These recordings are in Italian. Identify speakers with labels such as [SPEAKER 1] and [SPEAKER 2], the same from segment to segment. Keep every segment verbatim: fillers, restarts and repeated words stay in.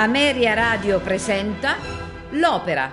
[SPEAKER 1] Ameria Radio presenta L'Opera.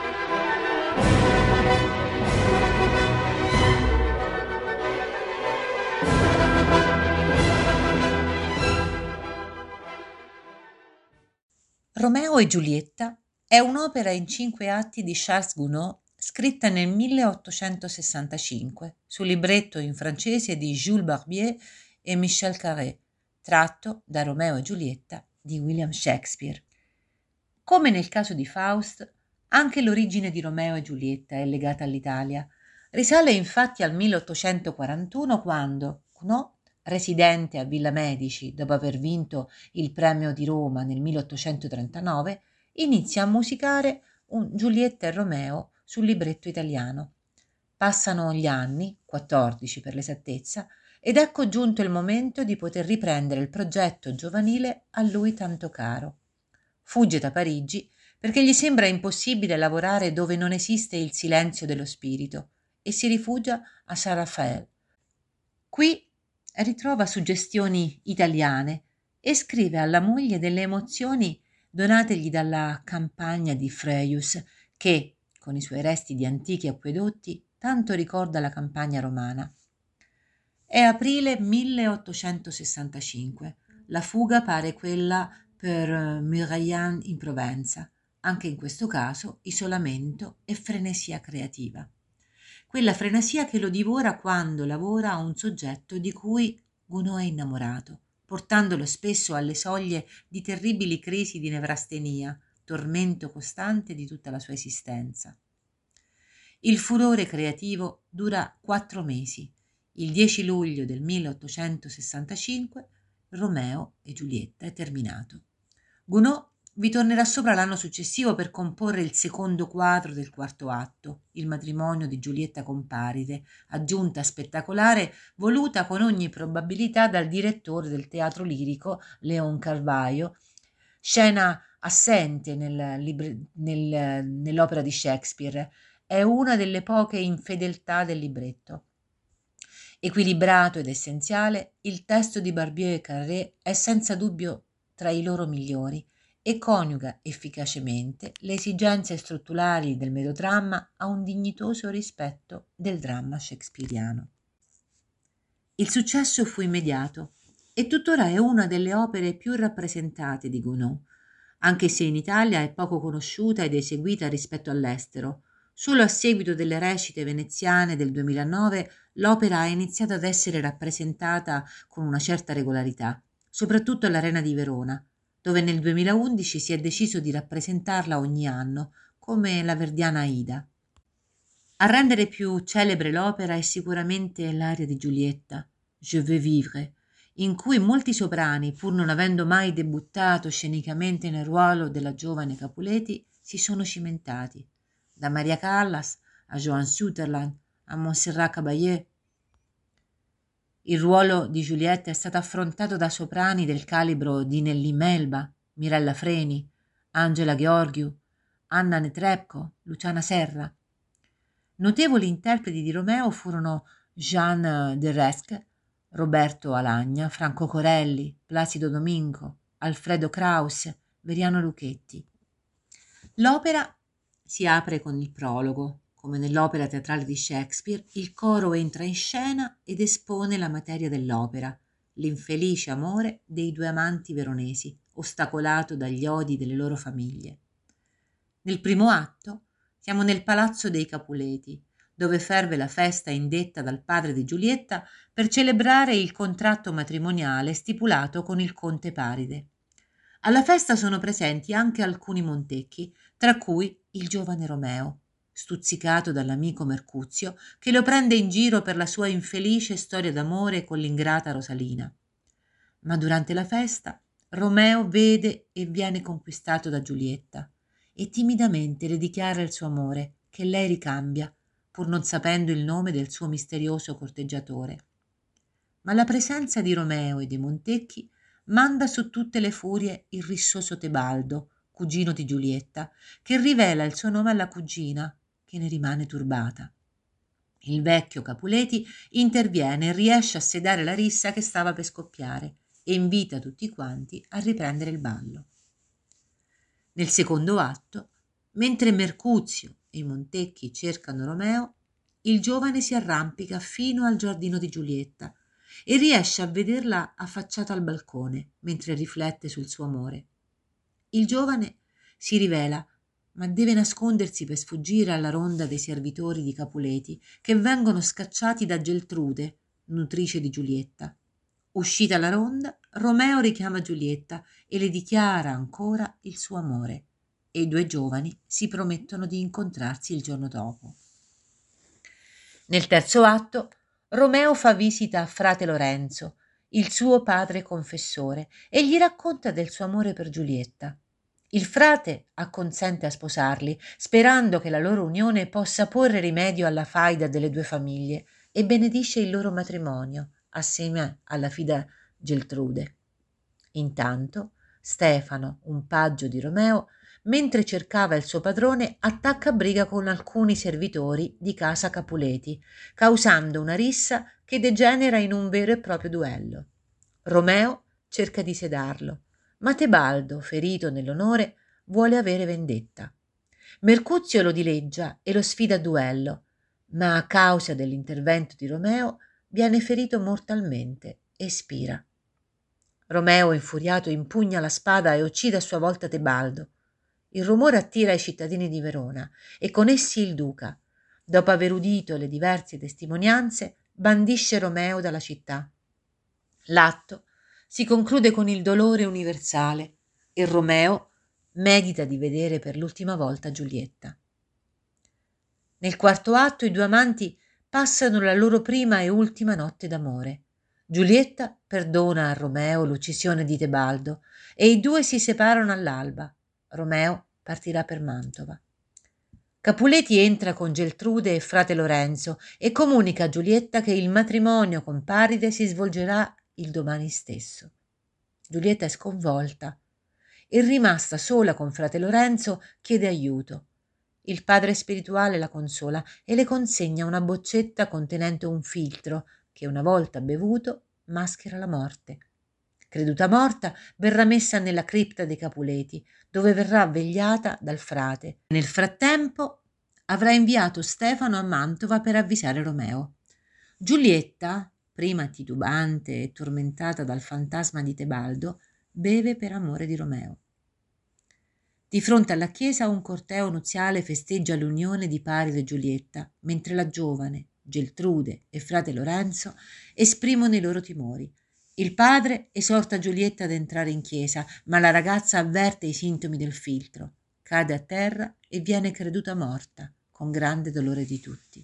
[SPEAKER 2] Romeo e Giulietta è un'opera in cinque atti di Charles Gounod scritta nel milleottocentosessantacinque su libretto in francese di Jules Barbier e Michel Carré, tratto da Romeo e Giulietta di William Shakespeare. Come nel caso di Faust, anche l'origine di Romeo e Giulietta è legata all'Italia. Risale infatti al milleottocentoquarantuno quando Gounod, residente a Villa Medici dopo aver vinto il premio di Roma nel milleottocentotrentanove, inizia a musicare un Giulietta e Romeo sul libretto italiano. Passano gli anni, quattordici per l'esattezza, ed ecco giunto il momento di poter riprendere il progetto giovanile a lui tanto caro. Fugge da Parigi perché gli sembra impossibile lavorare dove non esiste il silenzio dello spirito e si rifugia a Saint-Raphaël. Qui ritrova suggestioni italiane e scrive alla moglie delle emozioni donategli dalla campagna di Freius che, con i suoi resti di antichi acquedotti, tanto ricorda la campagna romana. È aprile milleottocentosessantacinque. La fuga pare quella per Muraillan in Provenza. Anche in questo caso isolamento e frenesia creativa. Quella frenesia che lo divora quando lavora a un soggetto di cui Gounod è innamorato, portandolo spesso alle soglie di terribili crisi di nevrastenia, tormento costante di tutta la sua esistenza. Il furore creativo dura quattro mesi. Il dieci luglio del milleottocentosessantacinque Romeo e Giulietta è terminato. Gounod vi tornerà sopra l'anno successivo per comporre il secondo quadro del quarto atto, il matrimonio di Giulietta con Paride, aggiunta spettacolare voluta con ogni probabilità dal direttore del teatro lirico Leon Carvalho, scena assente nel, nel, nell'opera di Shakespeare. È una delle poche infedeltà del libretto. Equilibrato ed essenziale, il testo di Barbier e Carré è senza dubbio tra i loro migliori e coniuga efficacemente le esigenze strutturali del melodramma a un dignitoso rispetto del dramma shakespeariano. Il successo fu immediato e tuttora è una delle opere più rappresentate di Gounod, anche se in Italia è poco conosciuta ed eseguita rispetto all'estero. Solo a seguito delle recite veneziane del duemilanove l'opera ha iniziato ad essere rappresentata con una certa regolarità, soprattutto all'Arena di Verona, dove nel duemilaundici si è deciso di rappresentarla ogni anno, come la Verdiana Aida. A rendere più celebre l'opera è sicuramente l'aria di Giulietta, Je veux vivre, in cui molti soprani, pur non avendo mai debuttato scenicamente nel ruolo della giovane Capuleti, si sono cimentati, da Maria Callas a Joan Sutherland a Montserrat Caballé. Il ruolo di Giulietta è stato affrontato da soprani del calibro di Nelly Melba, Mirella Freni, Angela Gheorghiu, Anna Netrebko, Luciana Serra. Notevoli interpreti di Romeo furono Jean Deresque, Roberto Alagna, Franco Corelli, Placido Domingo, Alfredo Kraus, Veriano Luchetti. L'opera si apre con il prologo. Come nell'opera teatrale di Shakespeare, il coro entra in scena ed espone la materia dell'opera, l'infelice amore dei due amanti veronesi, ostacolato dagli odi delle loro famiglie. Nel primo atto siamo nel palazzo dei Capuleti, dove ferve la festa indetta dal padre di Giulietta per celebrare il contratto matrimoniale stipulato con il conte Paride. Alla festa sono presenti anche alcuni Montecchi, tra cui il giovane Romeo, stuzzicato dall'amico Mercuzio, che lo prende in giro per la sua infelice storia d'amore con l'ingrata Rosalina. Ma durante la festa Romeo vede e viene conquistato da Giulietta e timidamente le dichiara il suo amore, che lei ricambia, pur non sapendo il nome del suo misterioso corteggiatore. Ma la presenza di Romeo e dei Montecchi manda su tutte le furie il rissoso Tebaldo, cugino di Giulietta, che rivela il suo nome alla cugina, che ne rimane turbata. Il vecchio Capuleti interviene e riesce a sedare la rissa che stava per scoppiare e invita tutti quanti a riprendere il ballo. Nel secondo atto, mentre Mercuzio e i Montecchi cercano Romeo, il giovane si arrampica fino al giardino di Giulietta e riesce a vederla affacciata al balcone mentre riflette sul suo amore. Il giovane si rivela, ma deve nascondersi per sfuggire alla ronda dei servitori di Capuleti che vengono scacciati da Geltrude, nutrice di Giulietta. Uscita la ronda, Romeo richiama Giulietta e le dichiara ancora il suo amore e i due giovani si promettono di incontrarsi il giorno dopo. Nel terzo atto, Romeo fa visita a frate Lorenzo, il suo padre confessore, e gli racconta del suo amore per Giulietta. Il frate acconsente a sposarli, sperando che la loro unione possa porre rimedio alla faida delle due famiglie, e benedisce il loro matrimonio assieme alla fida Geltrude. Intanto Stefano, un paggio di Romeo, mentre cercava il suo padrone, attacca a briga con alcuni servitori di casa Capuleti, causando una rissa che degenera in un vero e proprio duello. Romeo cerca di sedarlo, ma Tebaldo, ferito nell'onore, vuole avere vendetta. Mercuzio lo dileggia e lo sfida a duello, ma a causa dell'intervento di Romeo viene ferito mortalmente e spira. Romeo, infuriato, impugna la spada e uccide a sua volta Tebaldo. Il rumore attira i cittadini di Verona e con essi il duca. Dopo aver udito le diverse testimonianze, bandisce Romeo dalla città. L'atto si conclude con il dolore universale e Romeo medita di vedere per l'ultima volta Giulietta. Nel quarto atto i due amanti passano la loro prima e ultima notte d'amore. Giulietta perdona a Romeo l'uccisione di Tebaldo e i due si separano all'alba. Romeo partirà per Mantova. Capuleti entra con Geltrude e frate Lorenzo e comunica a Giulietta che il matrimonio con Paride si svolgerà il domani stesso. Giulietta è sconvolta e, rimasta sola con frate Lorenzo, chiede aiuto. Il padre spirituale la consola e le consegna una boccetta contenente un filtro che, una volta bevuto, maschera la morte. Creduta morta, verrà messa nella cripta dei Capuleti, dove verrà vegliata dal frate. Nel frattempo avrà inviato Stefano a Mantova per avvisare Romeo. Giulietta, prima titubante e tormentata dal fantasma di Tebaldo, beve per amore di Romeo. Di fronte alla chiesa un corteo nuziale festeggia l'unione di Paride e Giulietta, mentre la giovane, Geltrude e frate Lorenzo esprimono i loro timori. Il padre esorta Giulietta ad entrare in chiesa, ma la ragazza avverte i sintomi del filtro, cade a terra e viene creduta morta, con grande dolore di tutti.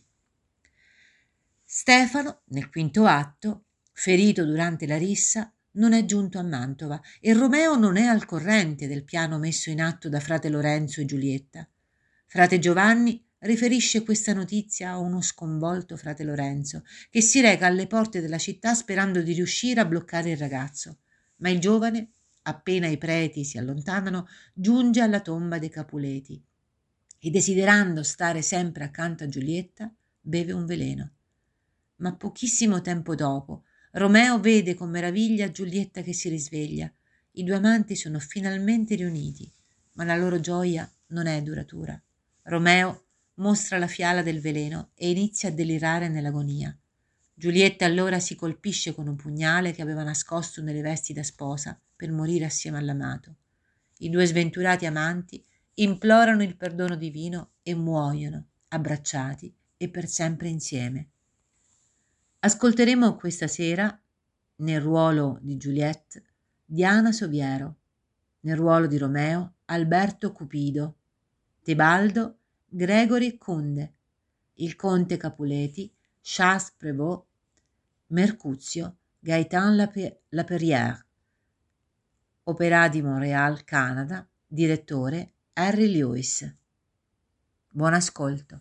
[SPEAKER 2] Stefano, nel quinto atto, ferito durante la rissa, non è giunto a Mantova e Romeo non è al corrente del piano messo in atto da frate Lorenzo e Giulietta. Frate Giovanni riferisce questa notizia a uno sconvolto frate Lorenzo, che si reca alle porte della città sperando di riuscire a bloccare il ragazzo. Ma il giovane, appena i preti si allontanano, giunge alla tomba dei Capuleti e, desiderando stare sempre accanto a Giulietta, beve un veleno. Ma pochissimo tempo dopo Romeo vede con meraviglia Giulietta che si risveglia. I due amanti sono finalmente riuniti, ma la loro gioia non è duratura. Romeo mostra la fiala del veleno e inizia a delirare nell'agonia. Giulietta allora si colpisce con un pugnale che aveva nascosto nelle vesti da sposa per morire assieme all'amato. I due sventurati amanti implorano il perdono divino e muoiono, abbracciati e per sempre insieme. Ascolteremo questa sera, nel ruolo di Juliette, Diana Soviero, nel ruolo di Romeo, Alberto Cupido, Tebaldo, Gregory Kunde, il conte Capuleti, Charles Prévost, Mercuzio, Gaëtan Laperrière, Opéra di Montréal, Canada, direttore Harry Lewis. Buon ascolto.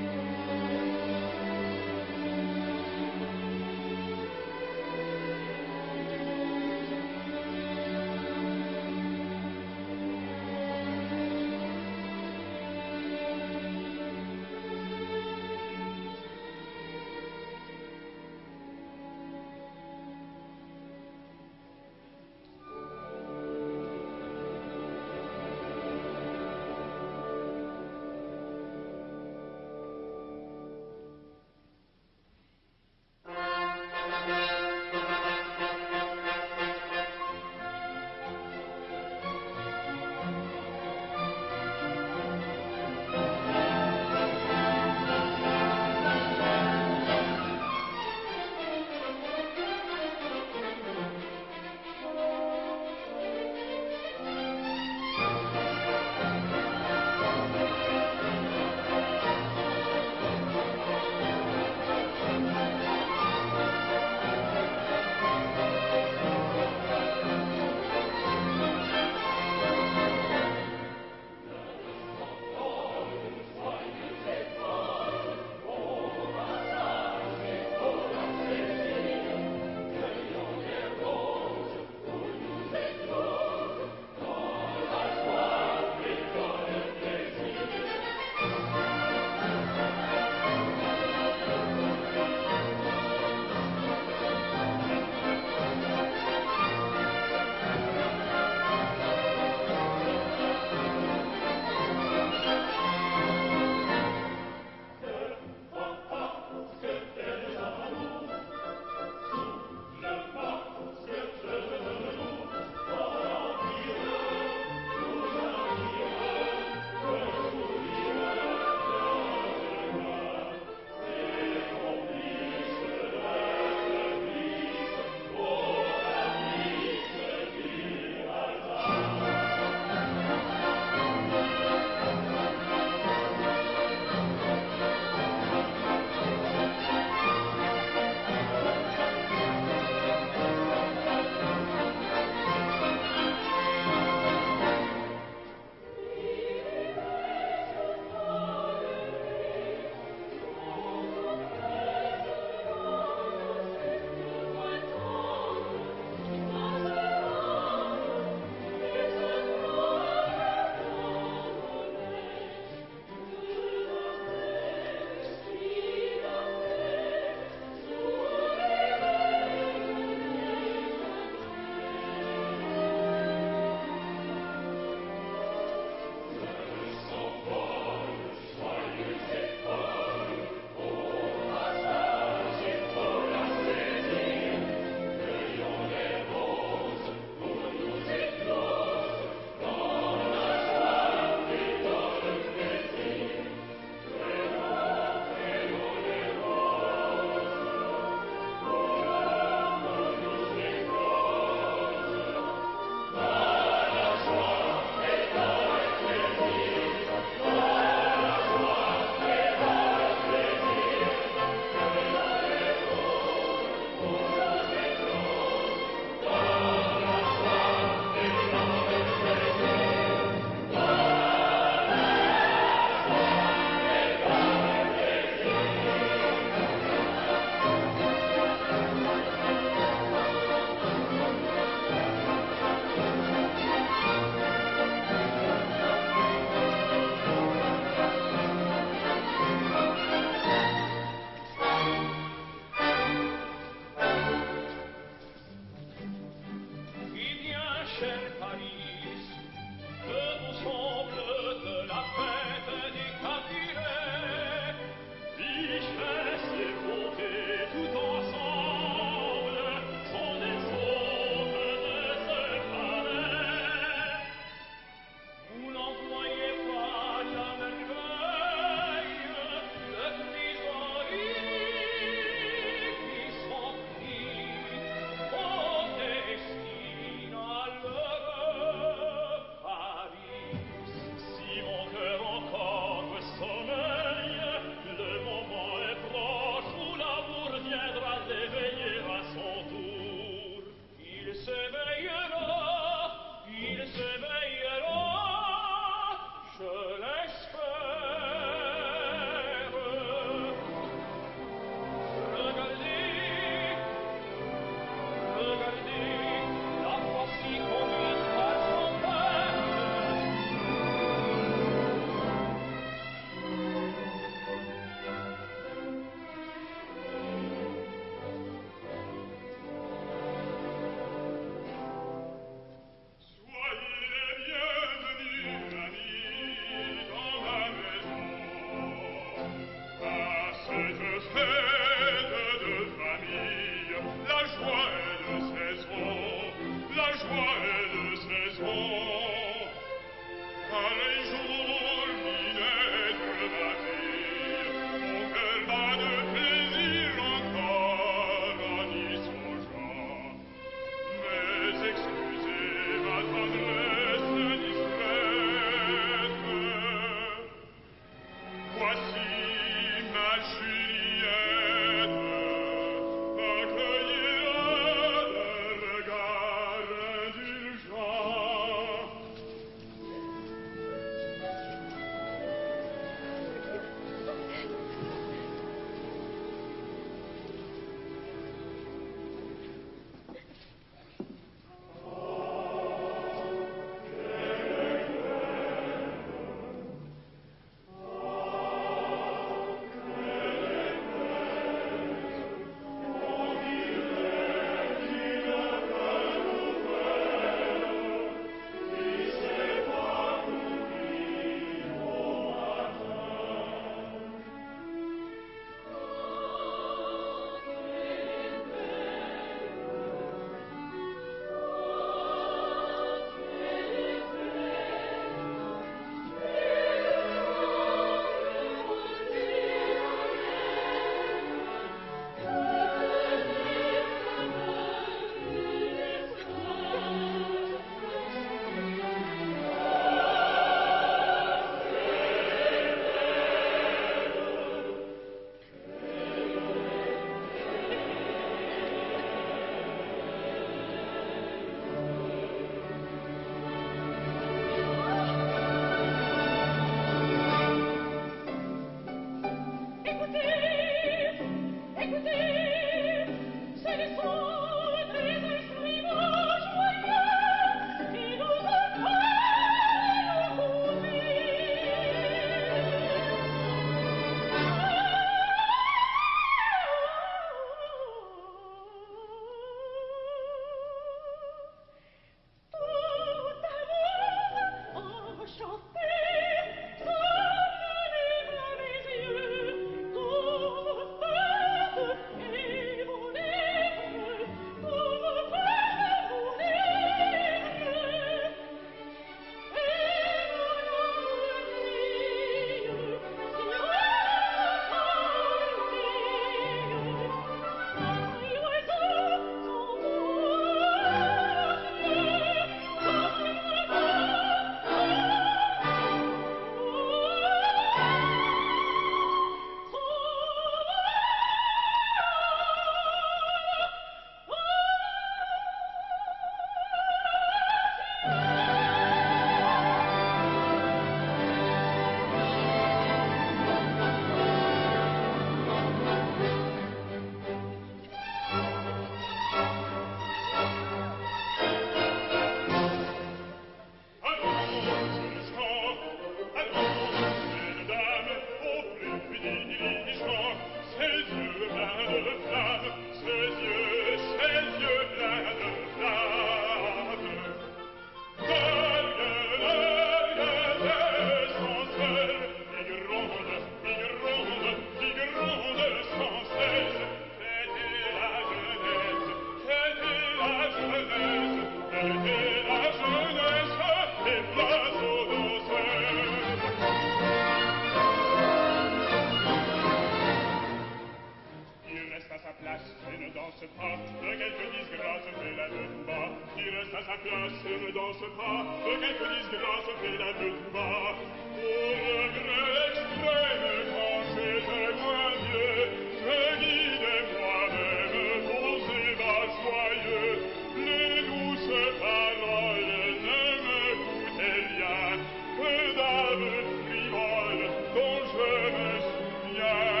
[SPEAKER 3] ne danse pas, de quelque disgrâce fait la de tout bas. Qui reste à sa place ne danse pas, de quelque disgrâce fait la de tout bas. Au regret extrême, quand j'étais moins vieux, je guidais moi-même pour ces bas joyeux. Les douces paroles ne me coûtaient rien, que d'âmes frivoles dont je me souviens.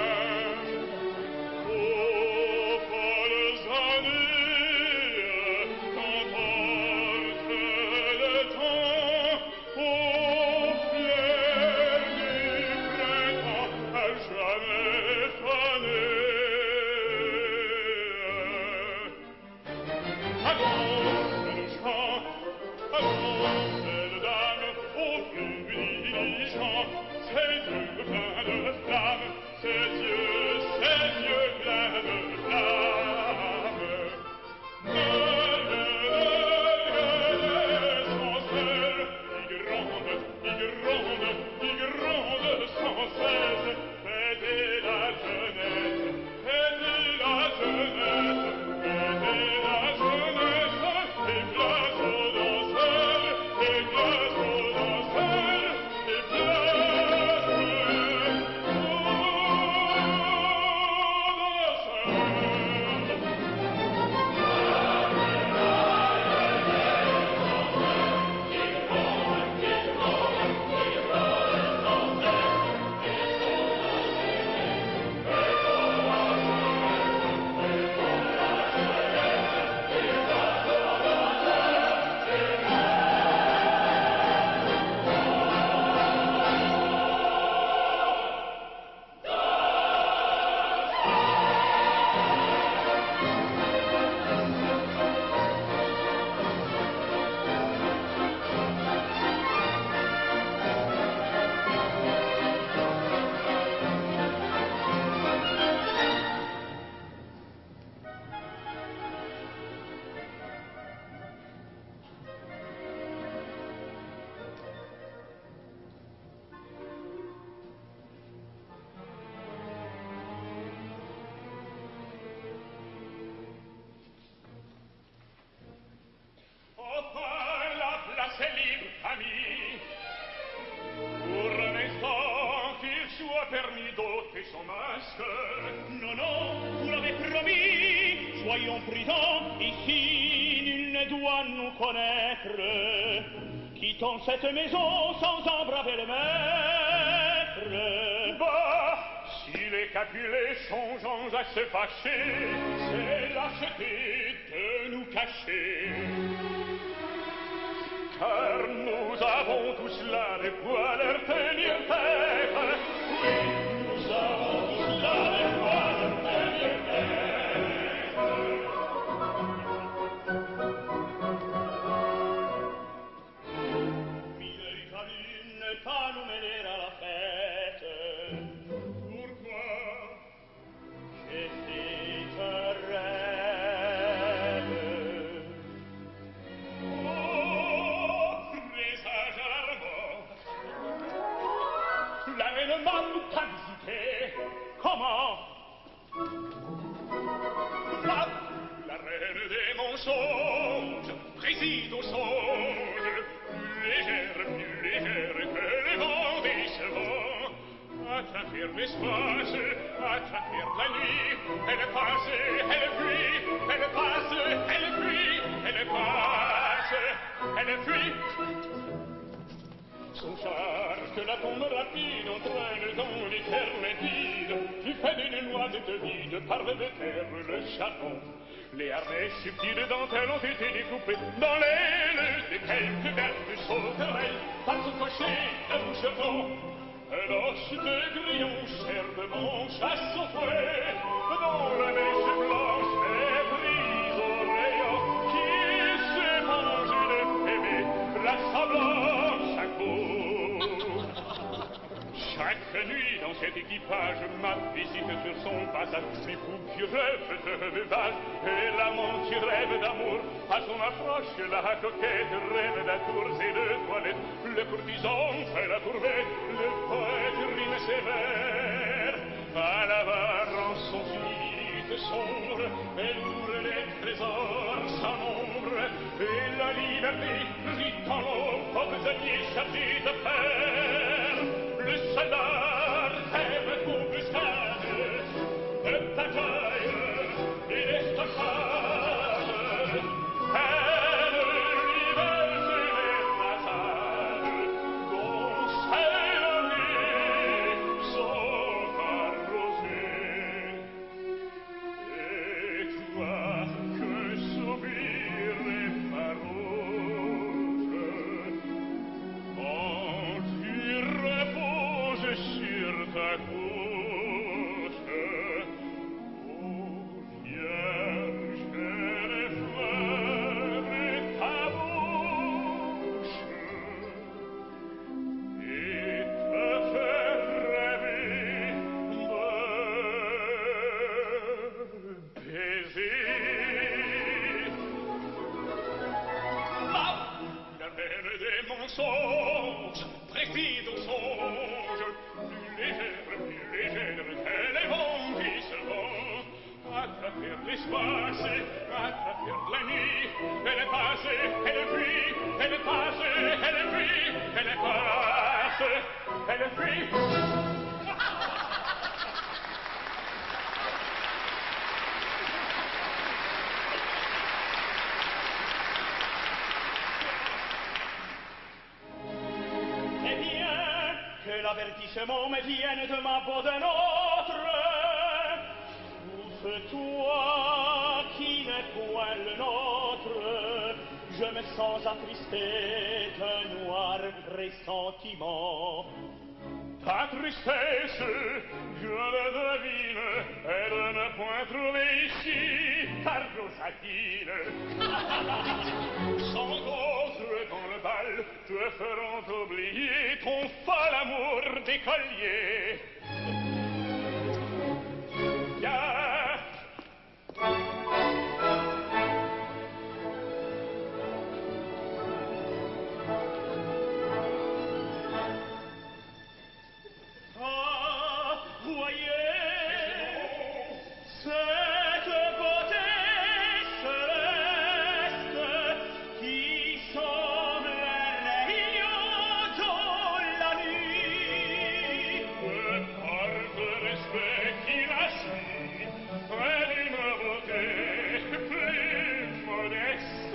[SPEAKER 4] Cette maison sans embraver le maître.
[SPEAKER 3] Bah, si les Capulets sont gens à se fâcher, c'est lâcheté de nous cacher. Car nous avons tous là de quoi leur tenir tête. Oui, nous avons tous là de quoi leur tenir tête.
[SPEAKER 4] Pas nous mener à la fête.
[SPEAKER 3] Pourquoi?
[SPEAKER 4] J'ai fait un rêve.
[SPEAKER 3] Oh, présage alarmant.
[SPEAKER 4] La reine m'a tout à visiter. Comment?
[SPEAKER 3] La, la reine des mensonges préside au songe, plus légère, plus légère que le vent des chevaux. À travers l'espace, à travers la nuit, elle passe, elle fuit, elle passe, elle fuit, elle passe, elle fuit. Son char que la tombe rapide entraîne dans l'éternité, du fait d'une noisette vide par le terre le charbon. Les harnais subtils de dentelle ont été découpés dans l'aile de quelques vertes sauterelles par son cocher de moucheron. L'os de grillon chèrement chasse au fouet dans la neige blanche et brise au rayon qui se mange de bébé rassemblant chaque peau. Chaque nuit dans cet équipage, ma visite sur son passage, les fous qui rêvent de veuvage et l'amant qui rêve d'amour. À son approche, la coquette rêve d'atours et de toilettes. Le courtisan fait la courbette, le poète rime sévère. À la barre en son suite, sombre, et lourd les trésors sans nombre, et la liberté rit en l'eau aux prisonniers chargés de fer. Le soldat rêve d'embuscade, de bataille et d'estocade. Elle lui verse les façades, dont c'est la vie sont arrosées. Et toi que soupir les farouches, quand tu reposes sur ta couche, ô Vierge, les fleurs et ta bouche, et te fait rêver de baisers. Ah, la reine des mensonges, précise au songe, plus légère, plus légère que les vents qui se vont, à travers l'espace, à travers la nuit, elle passe, elle fuit, elle passe, elle fuit, elle passe, elle fuit.
[SPEAKER 4] Eh bien, que l'avertissement me vienne de ma peau d'un autre. Souffle-toi qui n'est point le nôtre. Je me sens attristé d'un noir pressentiment.
[SPEAKER 3] Ta tristesse, je le devine, elle ne point trouver ici ta rosatine. Sans d'autres dans le bal te feront oublier ton fol amour d'écolier. Viens.
[SPEAKER 4] Ah, voyez, cette beauté céleste qui semble un rayon dans la nuit.
[SPEAKER 3] Par de respect qui la suit, près d'une beauté plus modeste.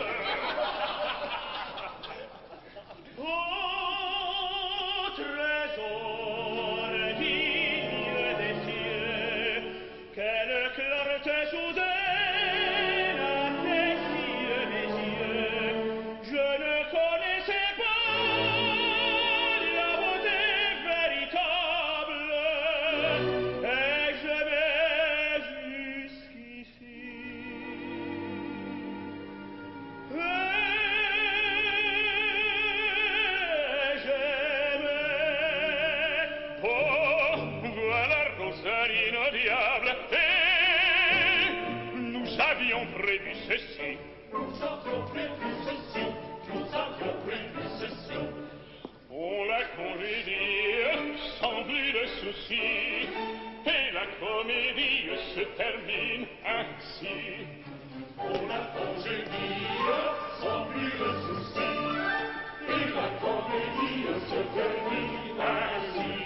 [SPEAKER 4] Oh, trésor digne des cieux, quelle clarté soudaine a défié mes yeux. Je ne connaissais pas la beauté véritable, et je vais jusqu'ici.
[SPEAKER 3] Oh, voilà Rosarino diable, et nous avions prévu ceci.
[SPEAKER 4] Nous avions prévu ceci, nous avions prévu ceci.
[SPEAKER 3] On la congédie sans plus de soucis, et la comédie se termine ainsi.
[SPEAKER 4] On la congédie sans plus de soucis, et la comédie se termine ainsi.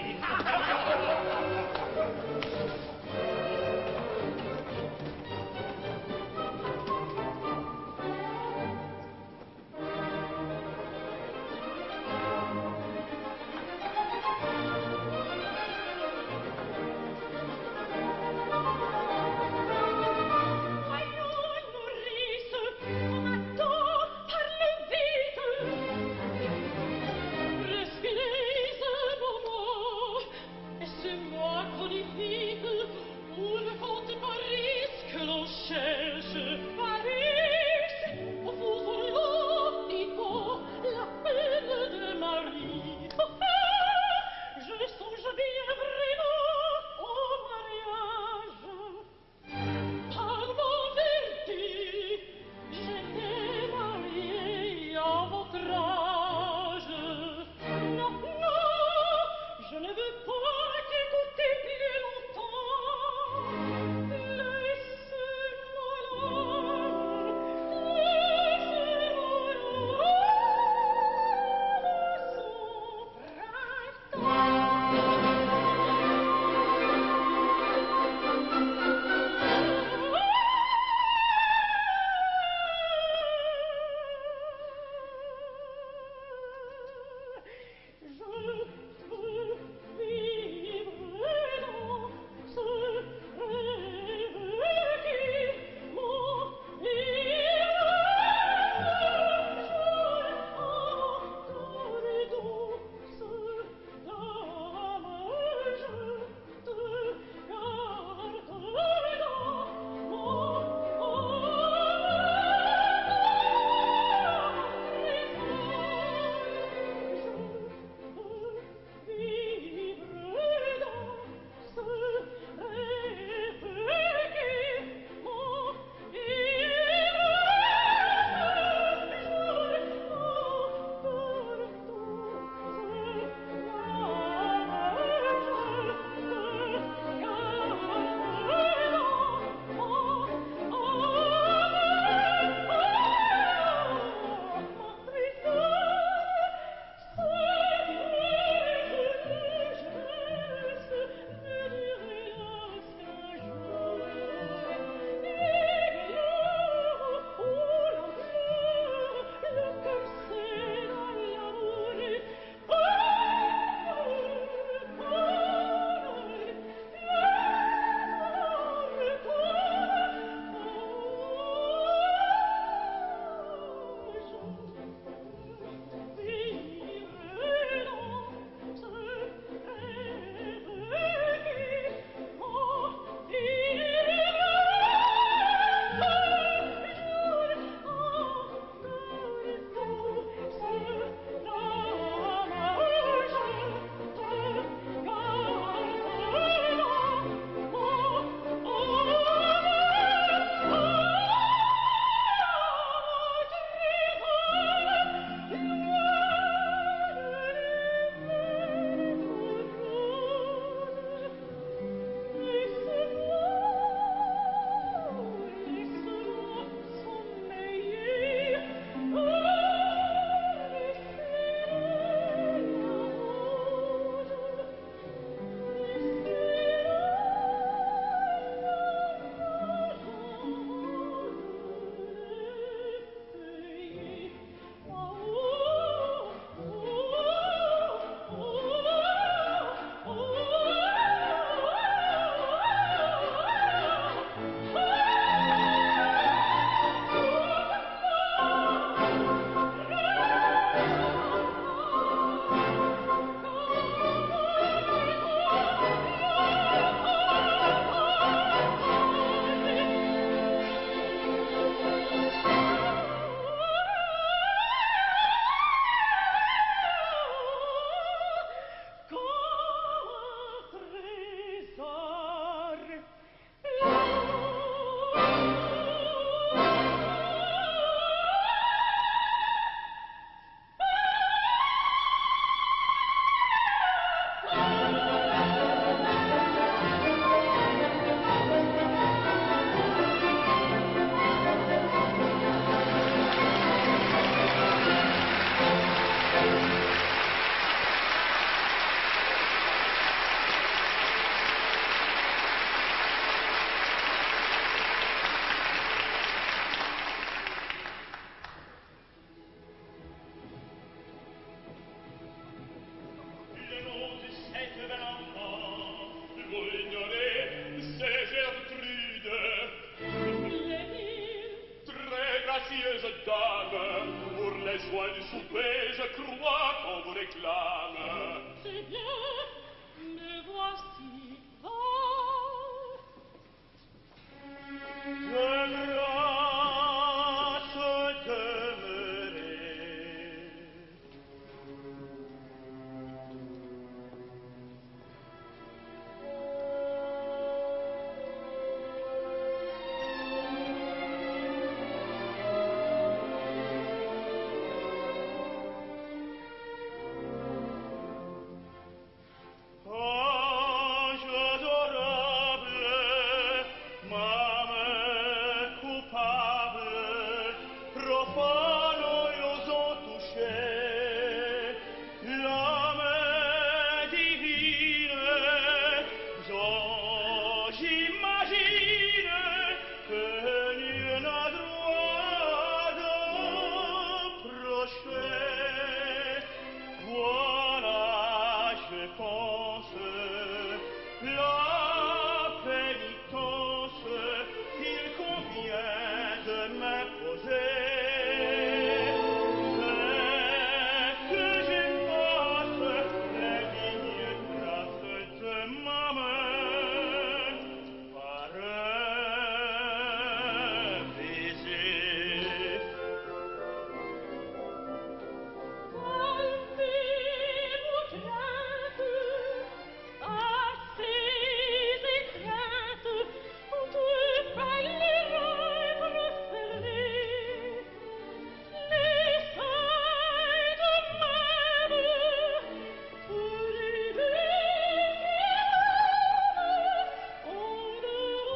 [SPEAKER 5] Je ne veux pas t'écouter plus longtemps. Laisse
[SPEAKER 3] besoin du souper, je crois qu'on vous réclame.
[SPEAKER 5] C'est bien, me voici. Va.
[SPEAKER 4] De grâce demeurez. Ange adorable, ma main coupable, profano et osant toucher la main divine, dont j'imagine que nul n'a droit d'approcher. Voilà, je pense, la pénitence qu'il convient de m'imposer. C'est que je passe les lignes traces de ma main par un baiser.
[SPEAKER 5] Calmez-vous, crainte, assez et crainte, de pas les rêves fermés. Les saints de même, tous les deux on le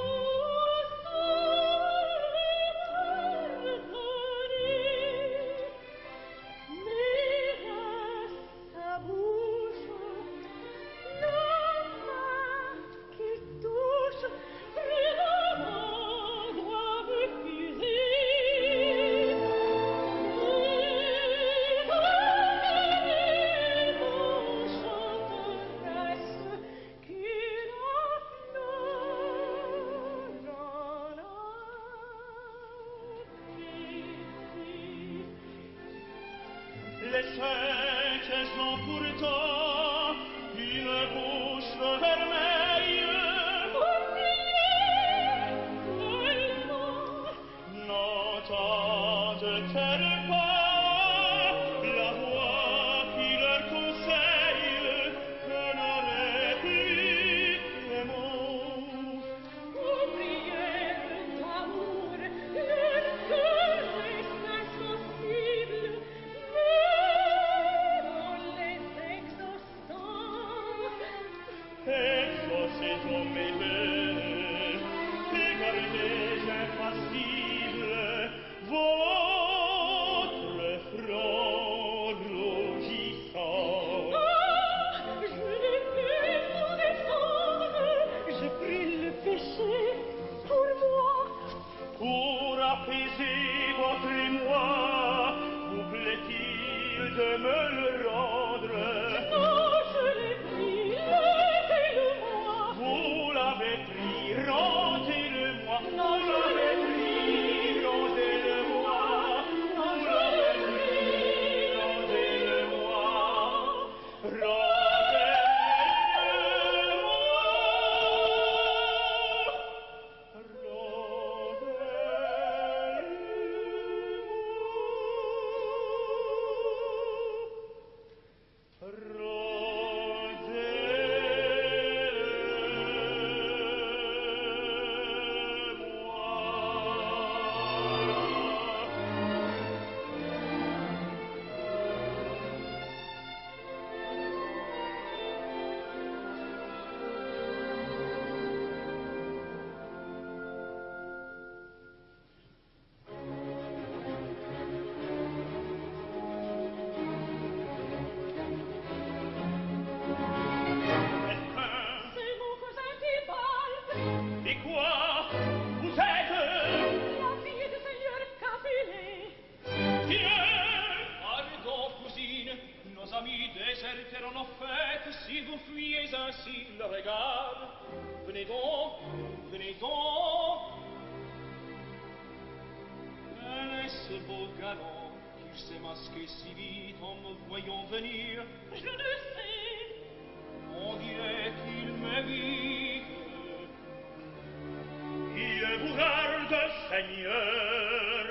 [SPEAKER 5] pardonner. Mais à sa bouche, la main qui touche, prudemment doit refuser. Et mon chanteresse qui la fleur n'en a pitié.
[SPEAKER 4] Les saintes ont pourtant une bouche vermeille.
[SPEAKER 5] Pour prier seulement,
[SPEAKER 4] N'entendent-elles pas la voix qui leur conseille que n'aurait plus les mots?
[SPEAKER 5] pour prière d'amour, leur cœur reste insensible, mais on les exaucant.
[SPEAKER 4] Exaucez donc mes veines, et gardez impassible votre front rougissant.
[SPEAKER 5] Ah, je l'ai fait sans défendre, je prie le péché pour moi.
[SPEAKER 4] Pour apaiser votre émoi, vous plaît-il de me le rendre?
[SPEAKER 5] Non, je l'ai pris, laissez-le-moi.
[SPEAKER 4] Vous l'avez pris, rendez-le-moi. Vous l'avez pris, rendez-le-moi. Vous l'avez pris, rendez-le-moi. si vous fuyez ainsi le regard, venez donc, venez donc. Elle est ce beau galant qui C'est masqué si vite en me voyant venir.
[SPEAKER 5] Je ne sais.
[SPEAKER 4] On dirait qu'il m'évite.
[SPEAKER 3] Il vous garde, Seigneur.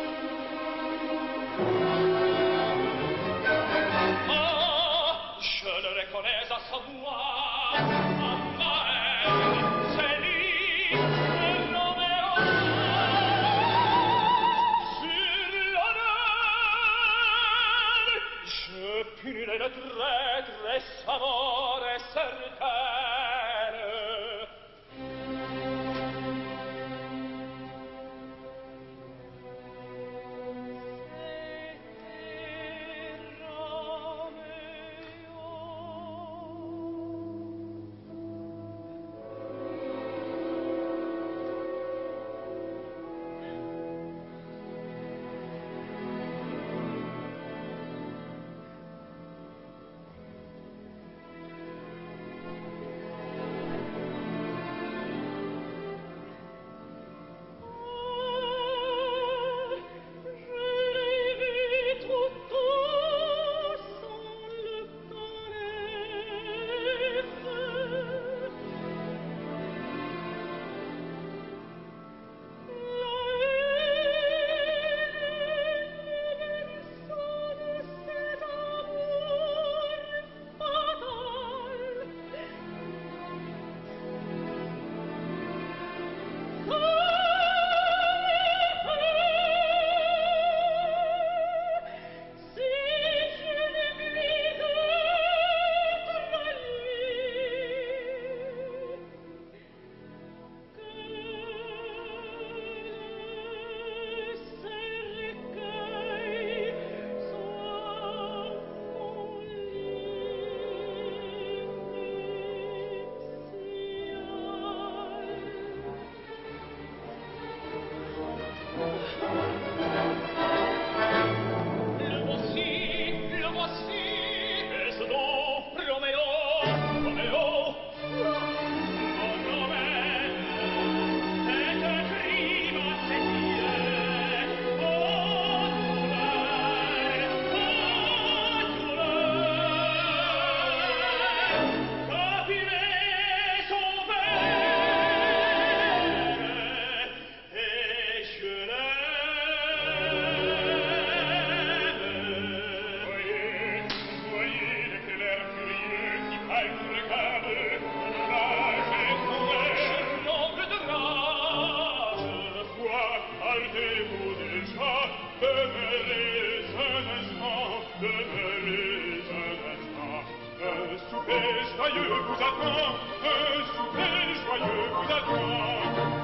[SPEAKER 4] Ah, je le reconnais à sa voix. À ma haine, c'est lui, le Roméo. Sur l'honneur, je punirai le traître et sa mort est certaine. Le voici, le voici, est-ce donc Roméo, Roméo? Mon Roméo est un crime à séduire. Oh, douleur, oh, douleur, capirez son père, et je
[SPEAKER 3] Voyez, voyez l'éclair furieux qui calme le câble. Rage et colère.
[SPEAKER 4] l'ombre de rage.
[SPEAKER 3] Quoi, arrêtez-vous déjà? Demeurez un instant, demeurez un instant. Un souper joyeux vous attend, un souper joyeux vous attend.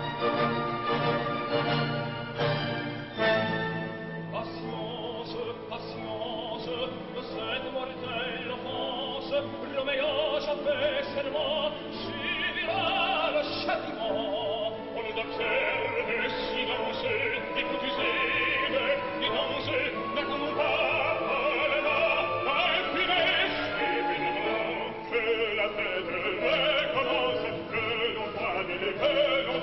[SPEAKER 4] Patience, patience, de cette mortelle offense, Roméo, j'en fais serment, subira le châtiment.
[SPEAKER 3] On nous observe si danser, écoutez, et danser, n'attendons pas, allez-là, imprimez, suivez-nous, que la fête recommence, que l'on voit des que l'on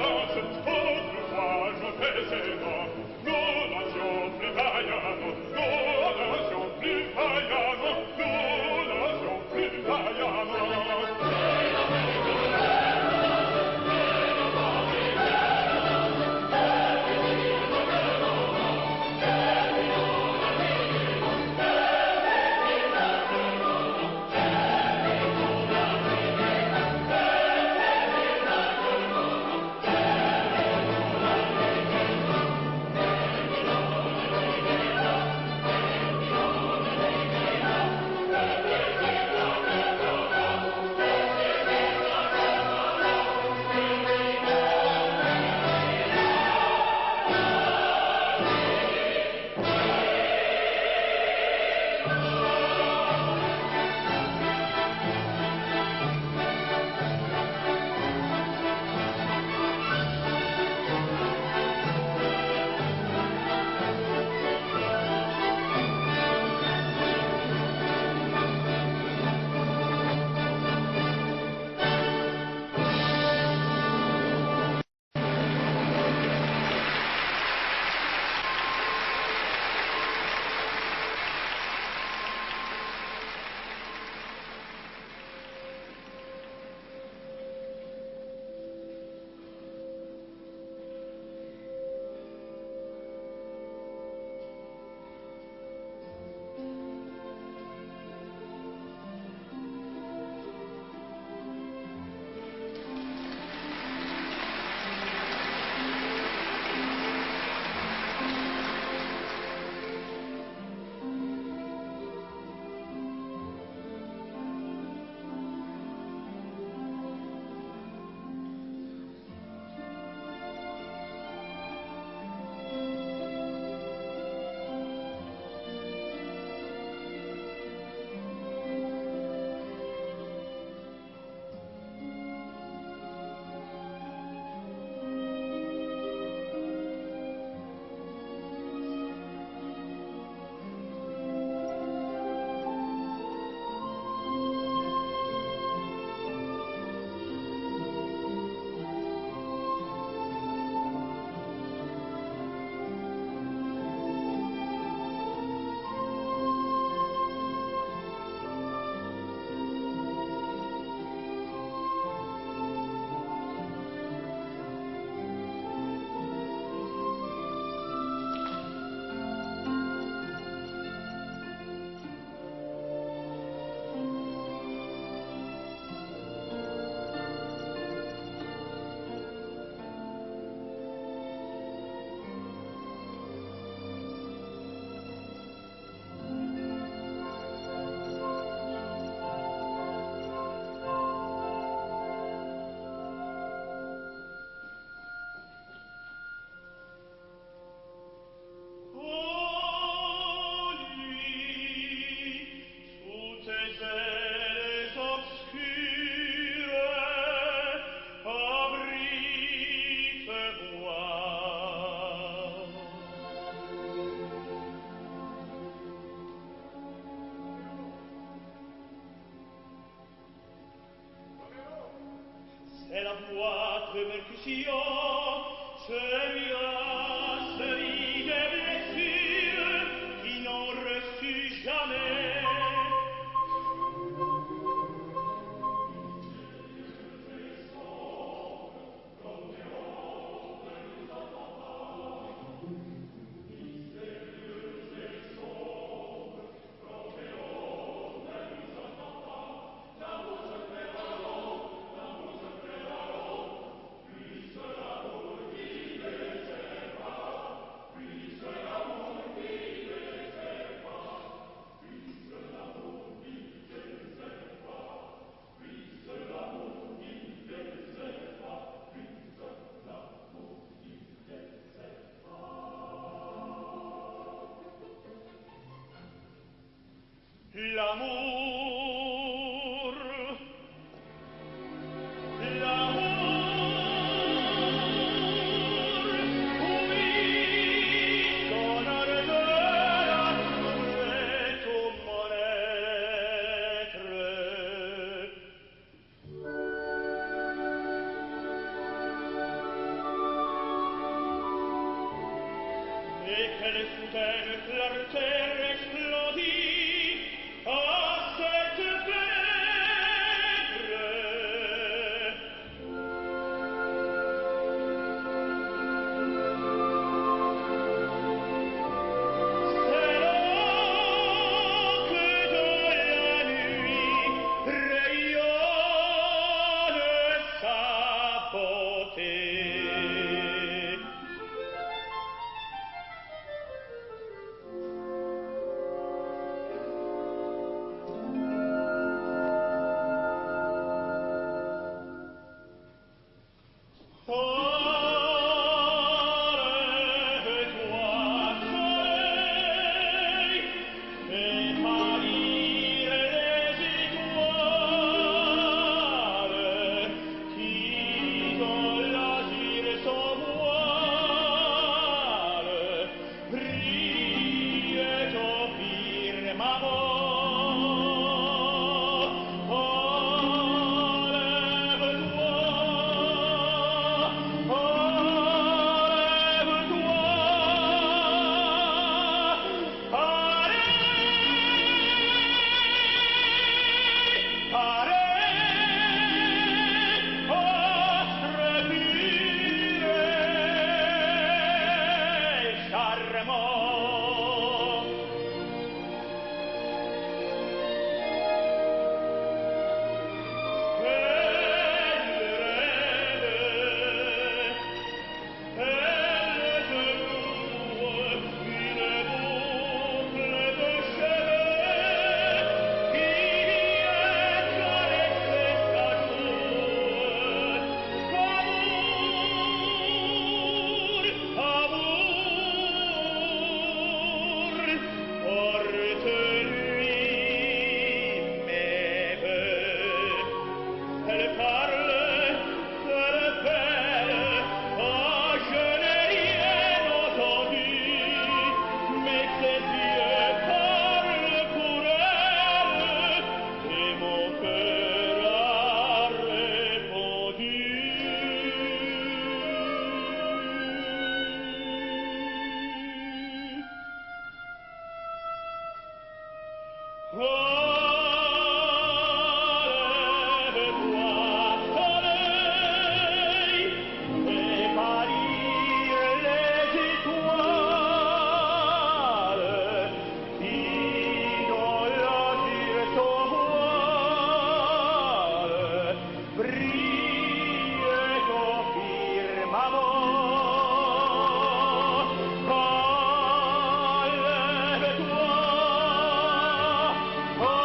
[SPEAKER 4] Oh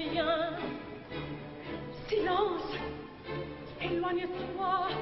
[SPEAKER 5] viens. Silence, éloigne-toi.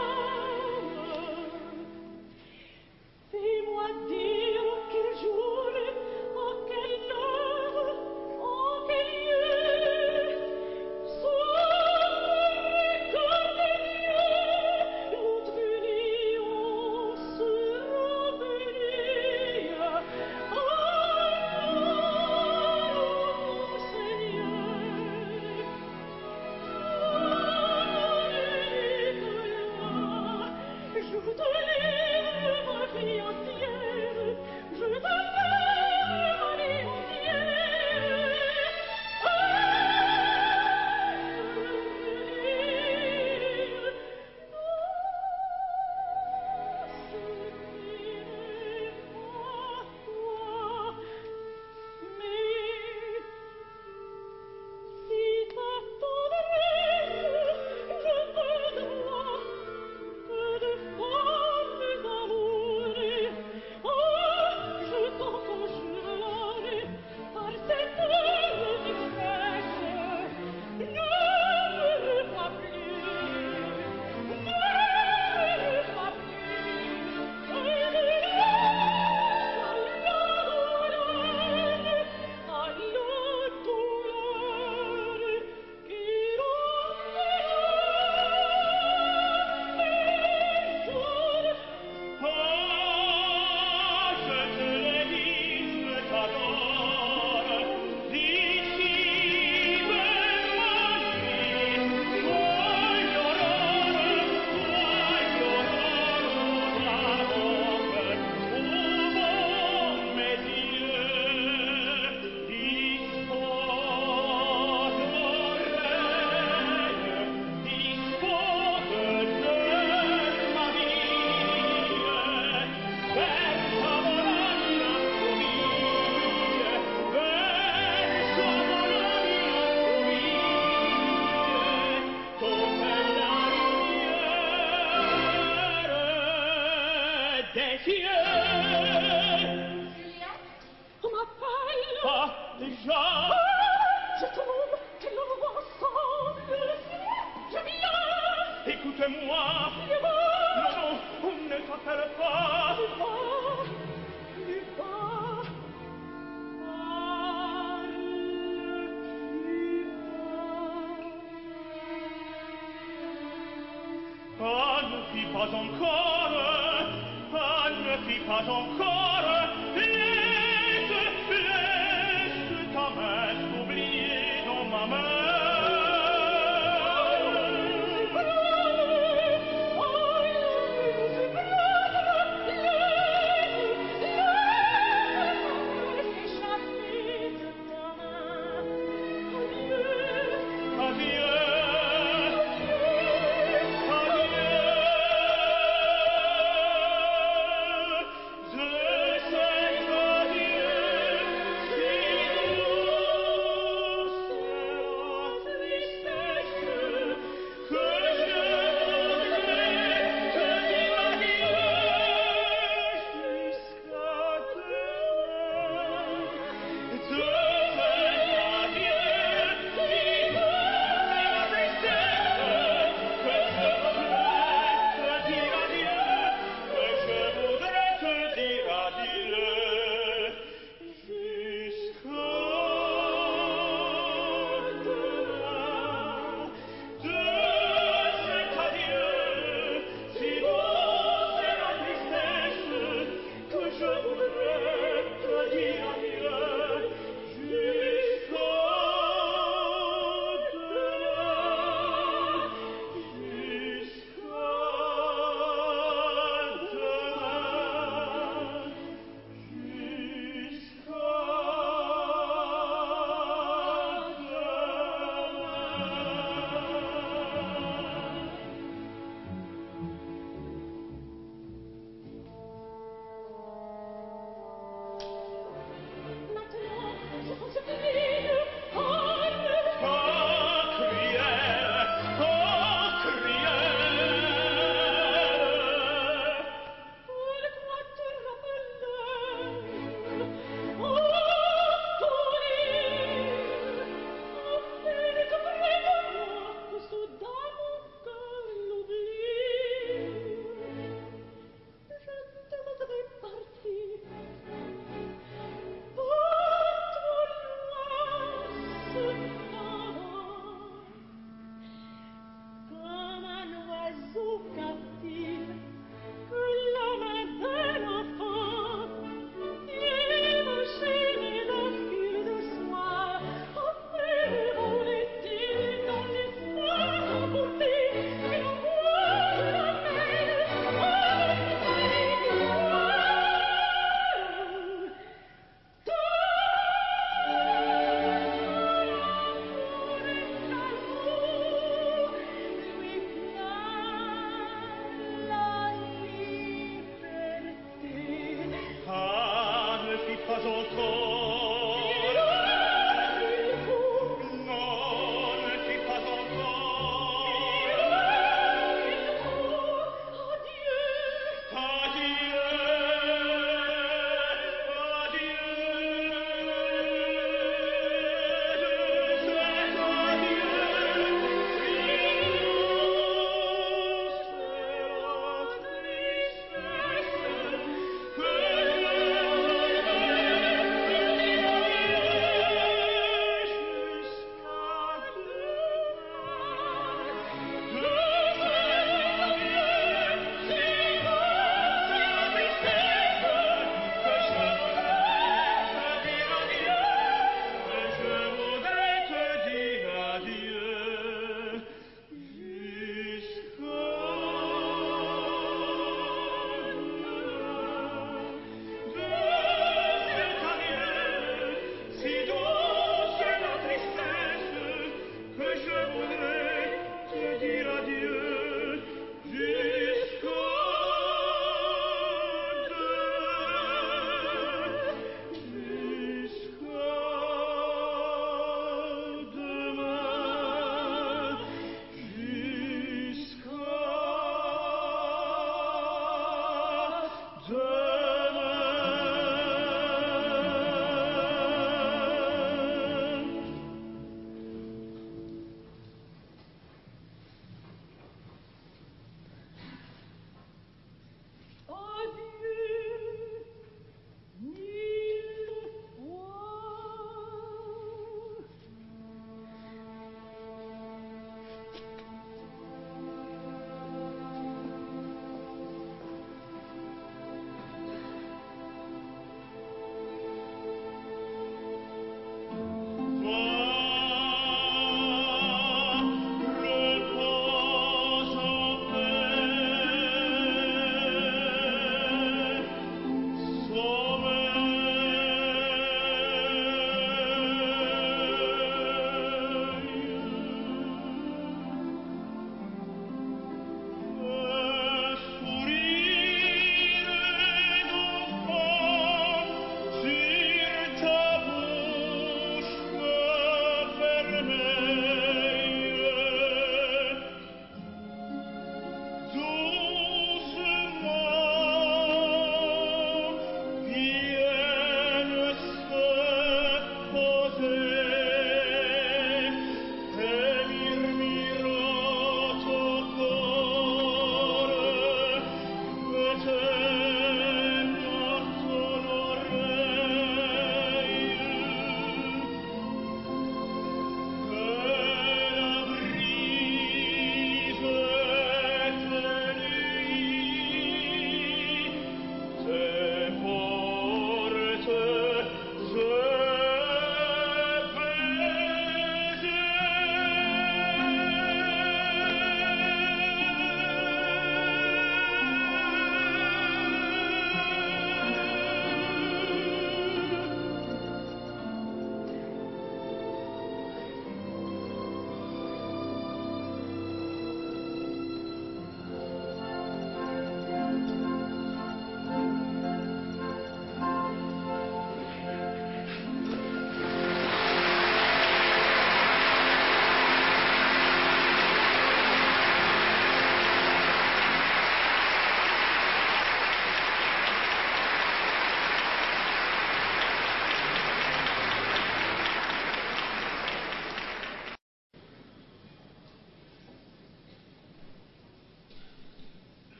[SPEAKER 5] Fais-moi dire quel jour
[SPEAKER 4] moi. Non, non, on ne t'appelle pas.
[SPEAKER 5] Tu vas,
[SPEAKER 4] Ah, ne fis pas encore, ah, ne fis pas encore, laisse, laisse ta main s'oublier dans ma main. Adieu.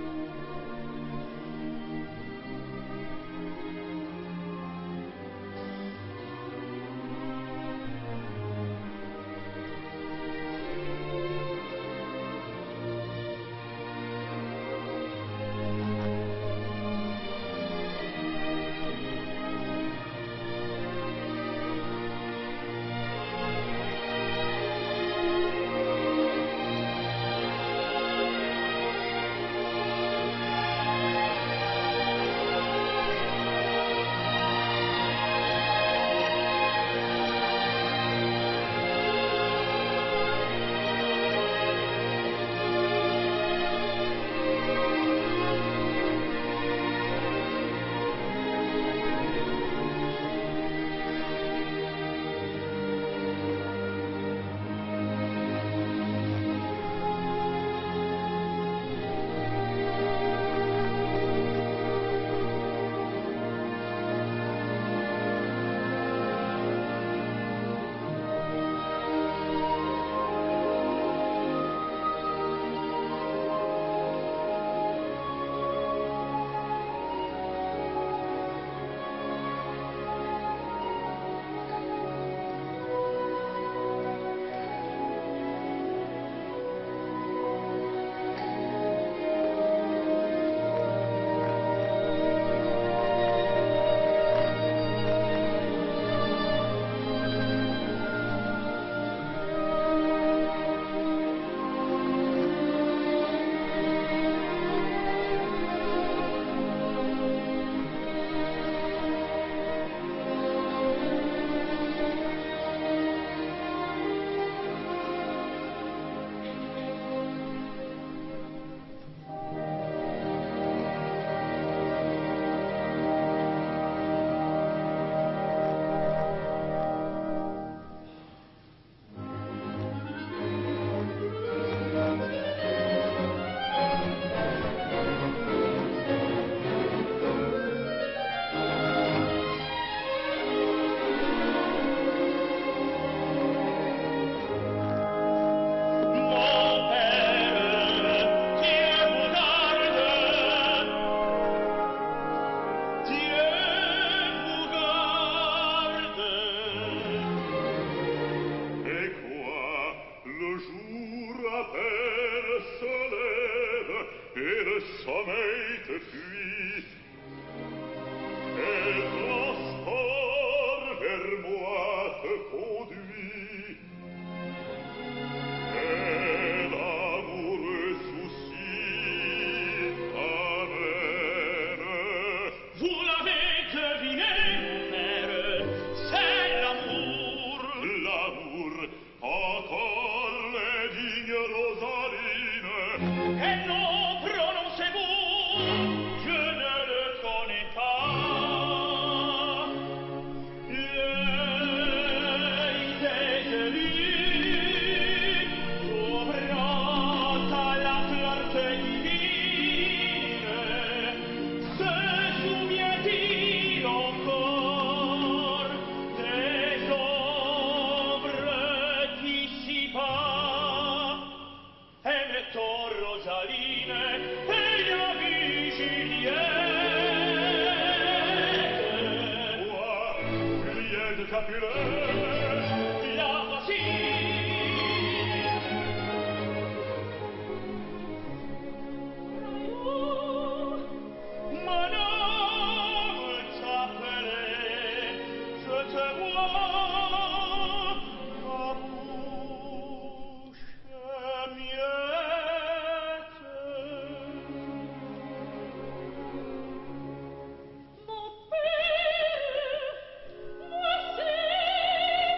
[SPEAKER 5] Mon père, moi c'est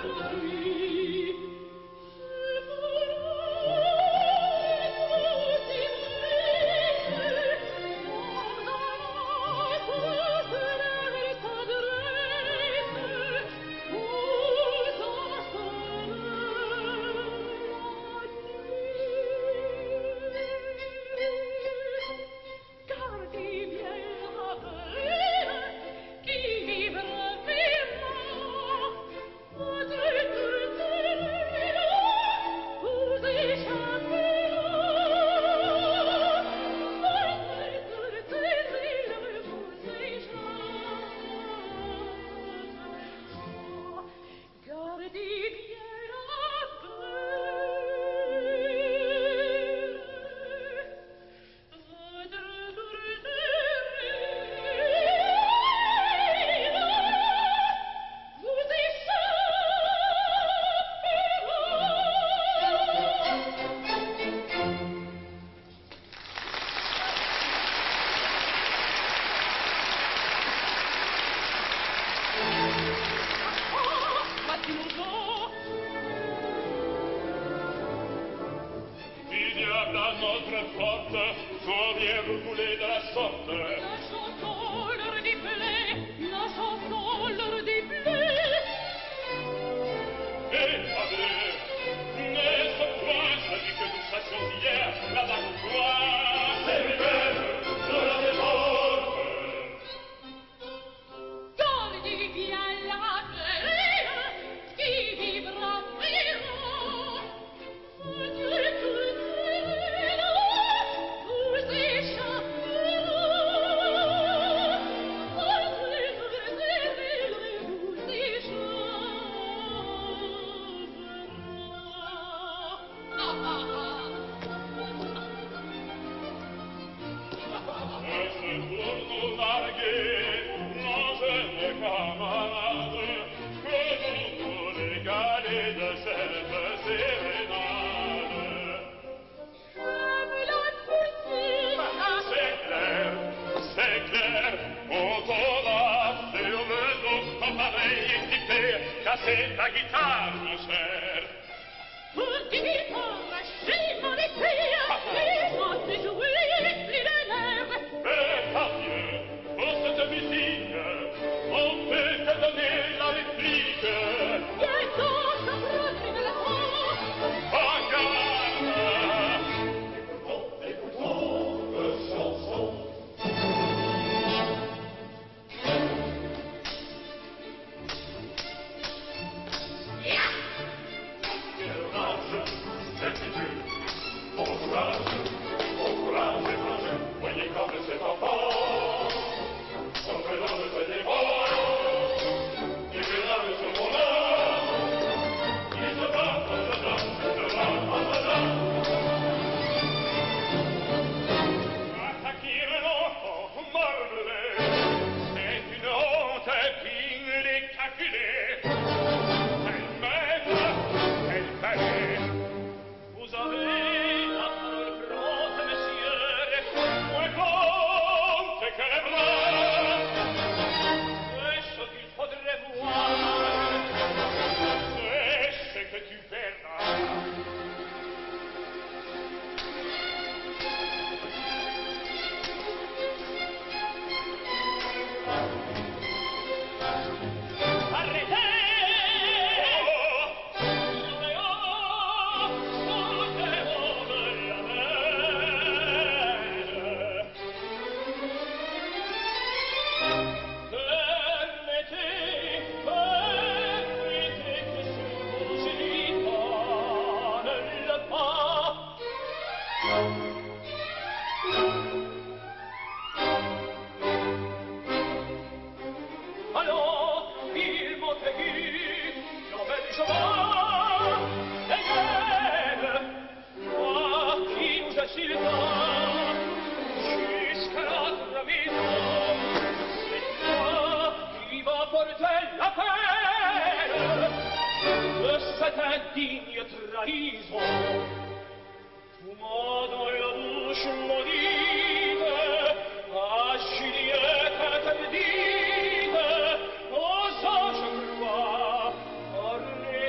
[SPEAKER 4] Parle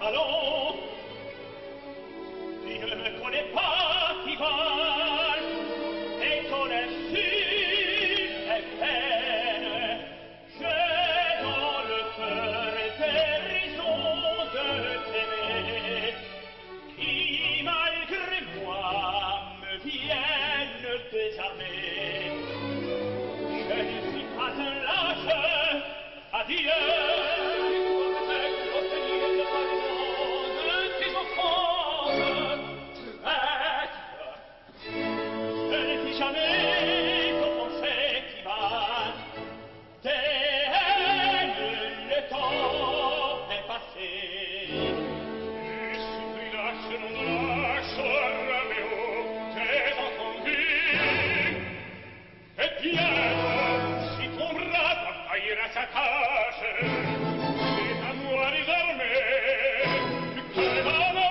[SPEAKER 4] salon. Il ne me connaît pas qui vole, et connais-tu est peine. J'ai dans le cœur des raisons de t'aimer, qui malgré moi me viennent désarmer. Je ne suis pas un lâche, adieu. Jamais offensé qui va, dès le temps est passé.
[SPEAKER 3] Et souffrira se non lâche Romeo, t'es entendu. Et Pietro si tombera, t'appaillera sa tâche. C'est à moi désormais que la mort.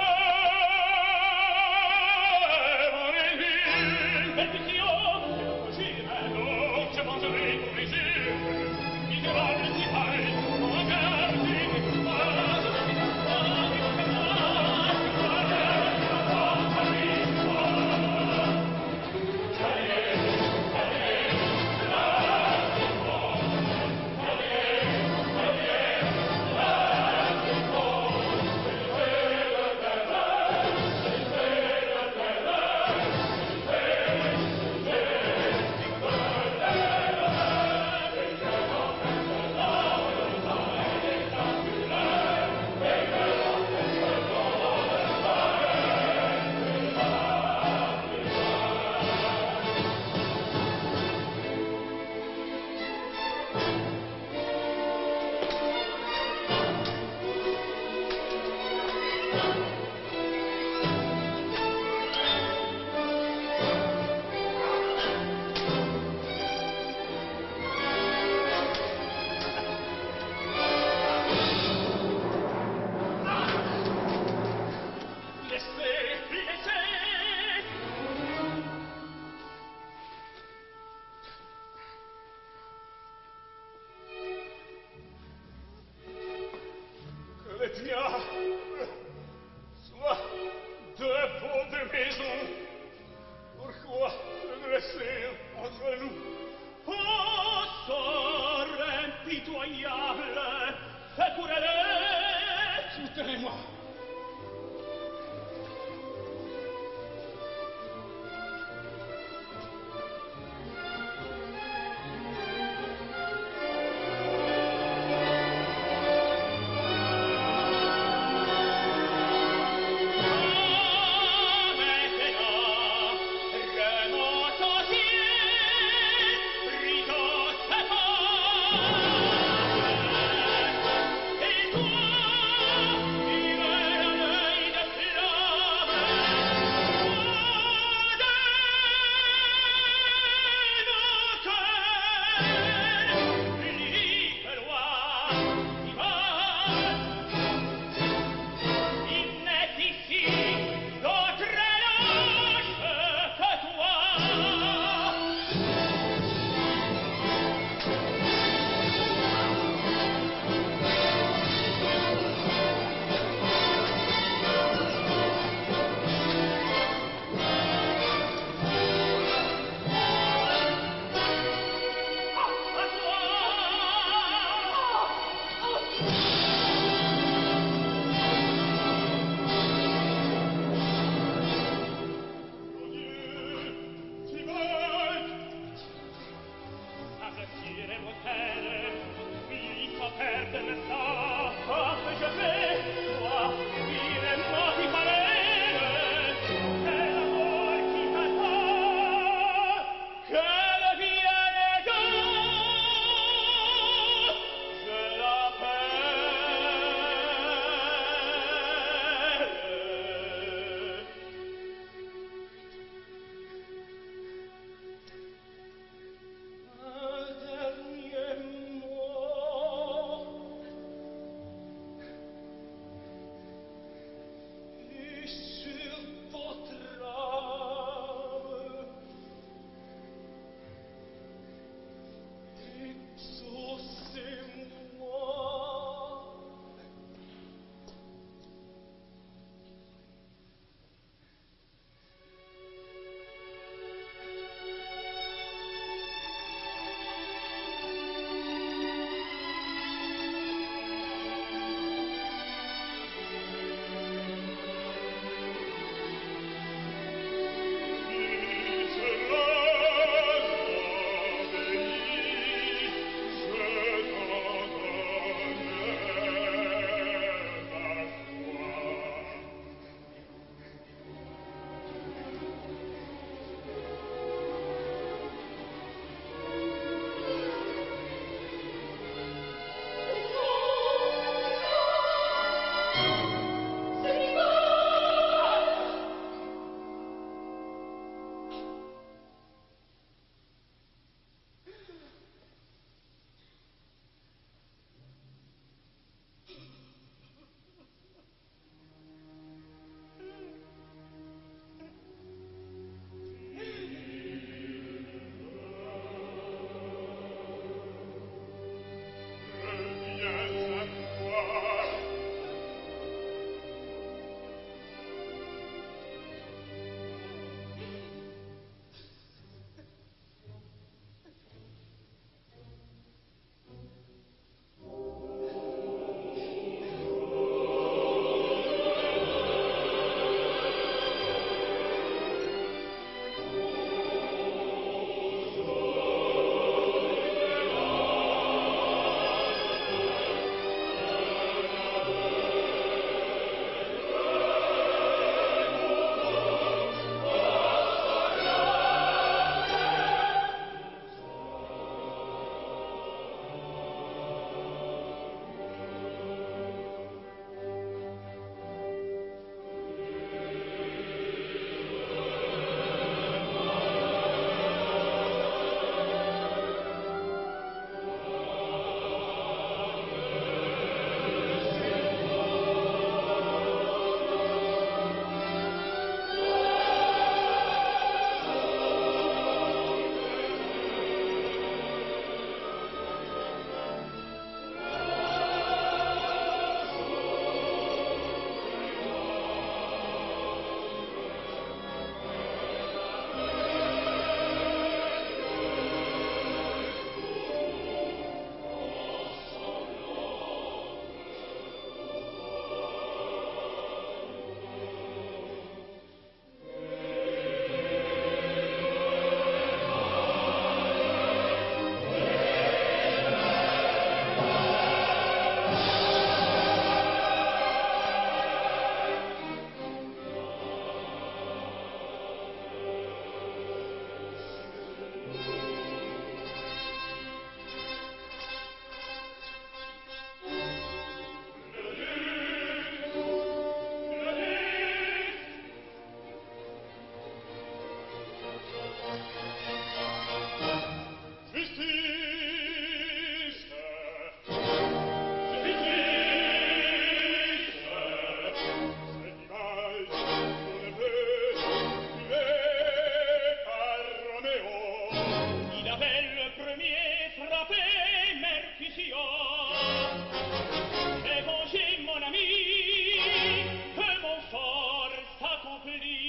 [SPEAKER 4] paix, perfusion. Mais congé, mon ami, que mon sort s'accomplisse.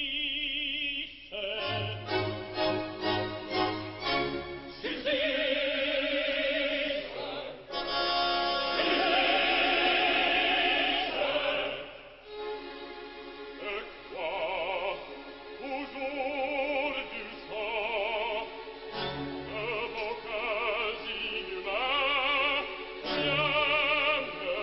[SPEAKER 3] Viens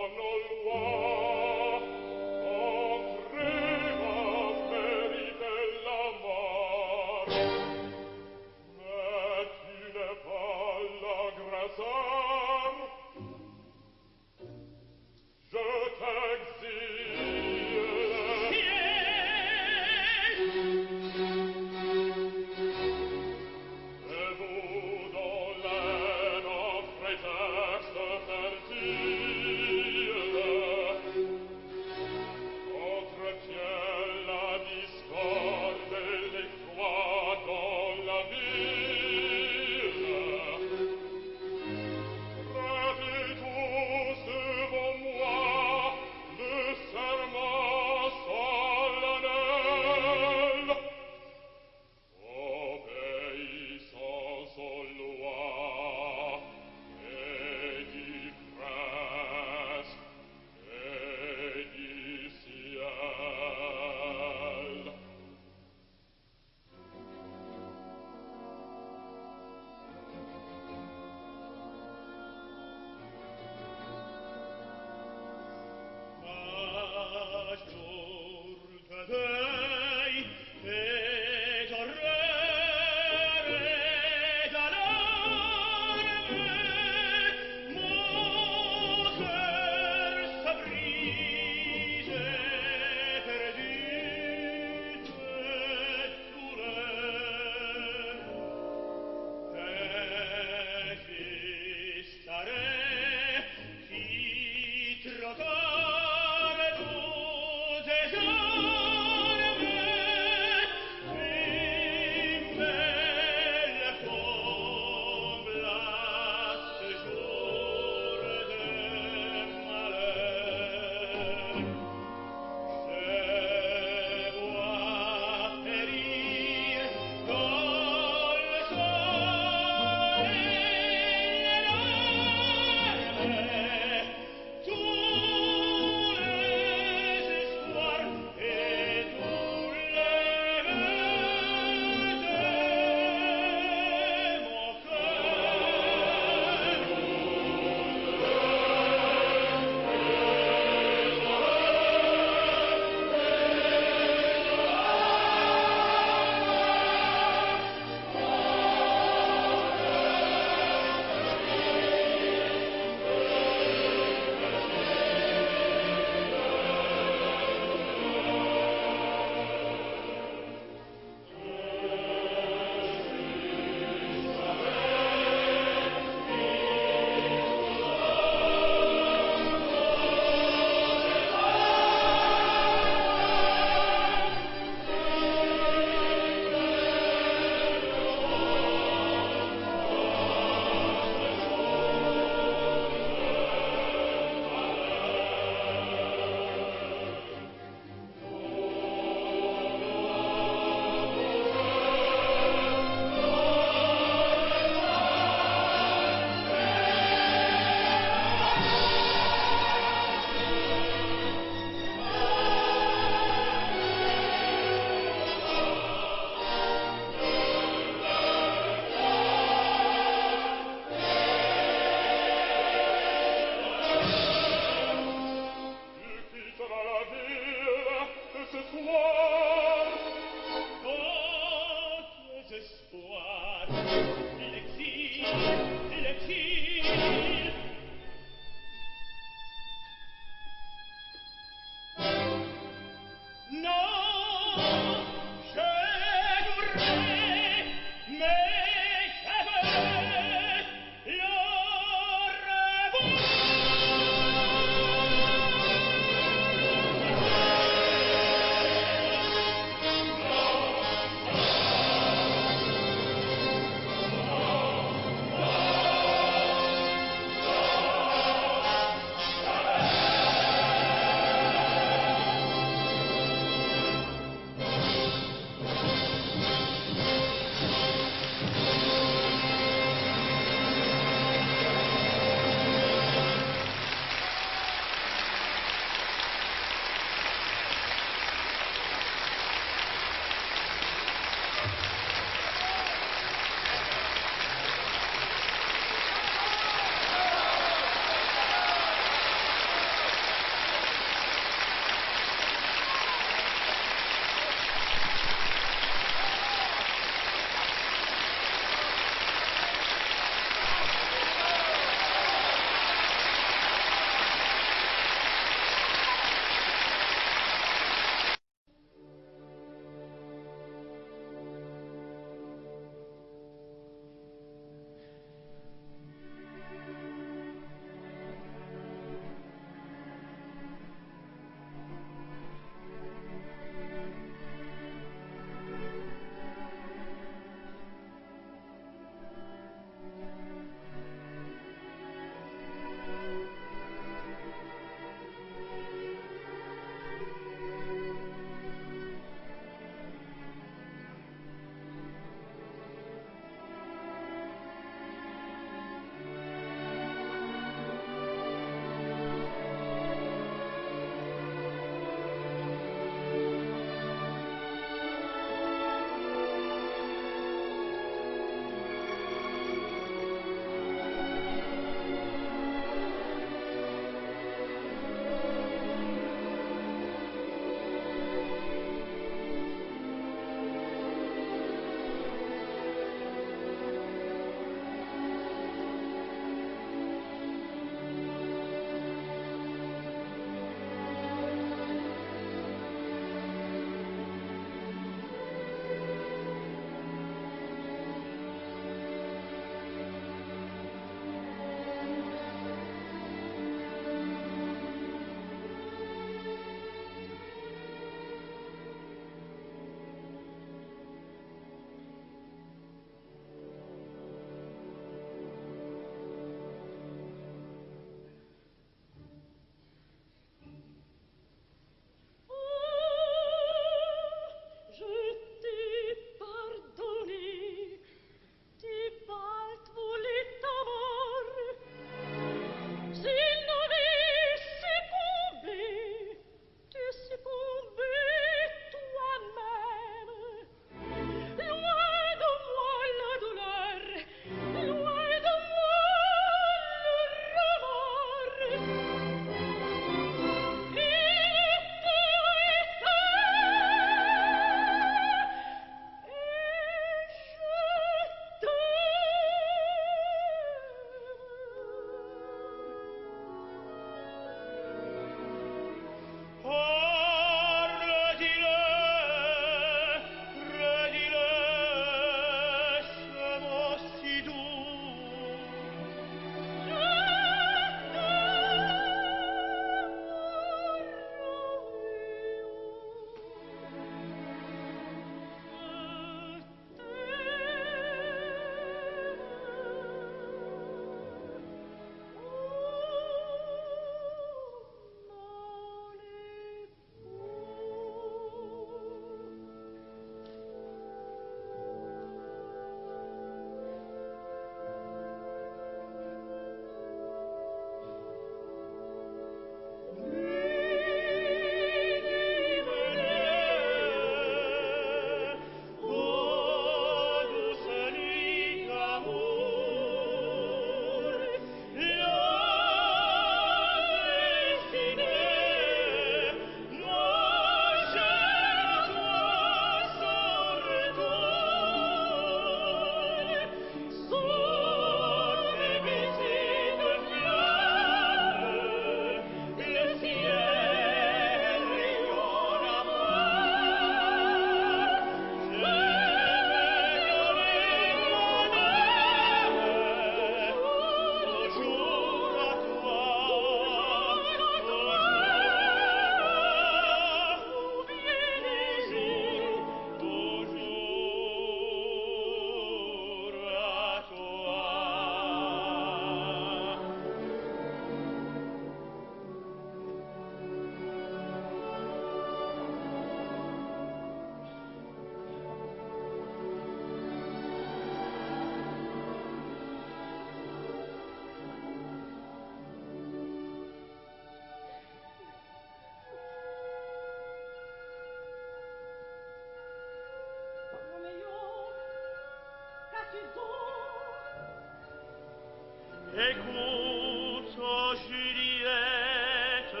[SPEAKER 4] Écoute, oh Juliette,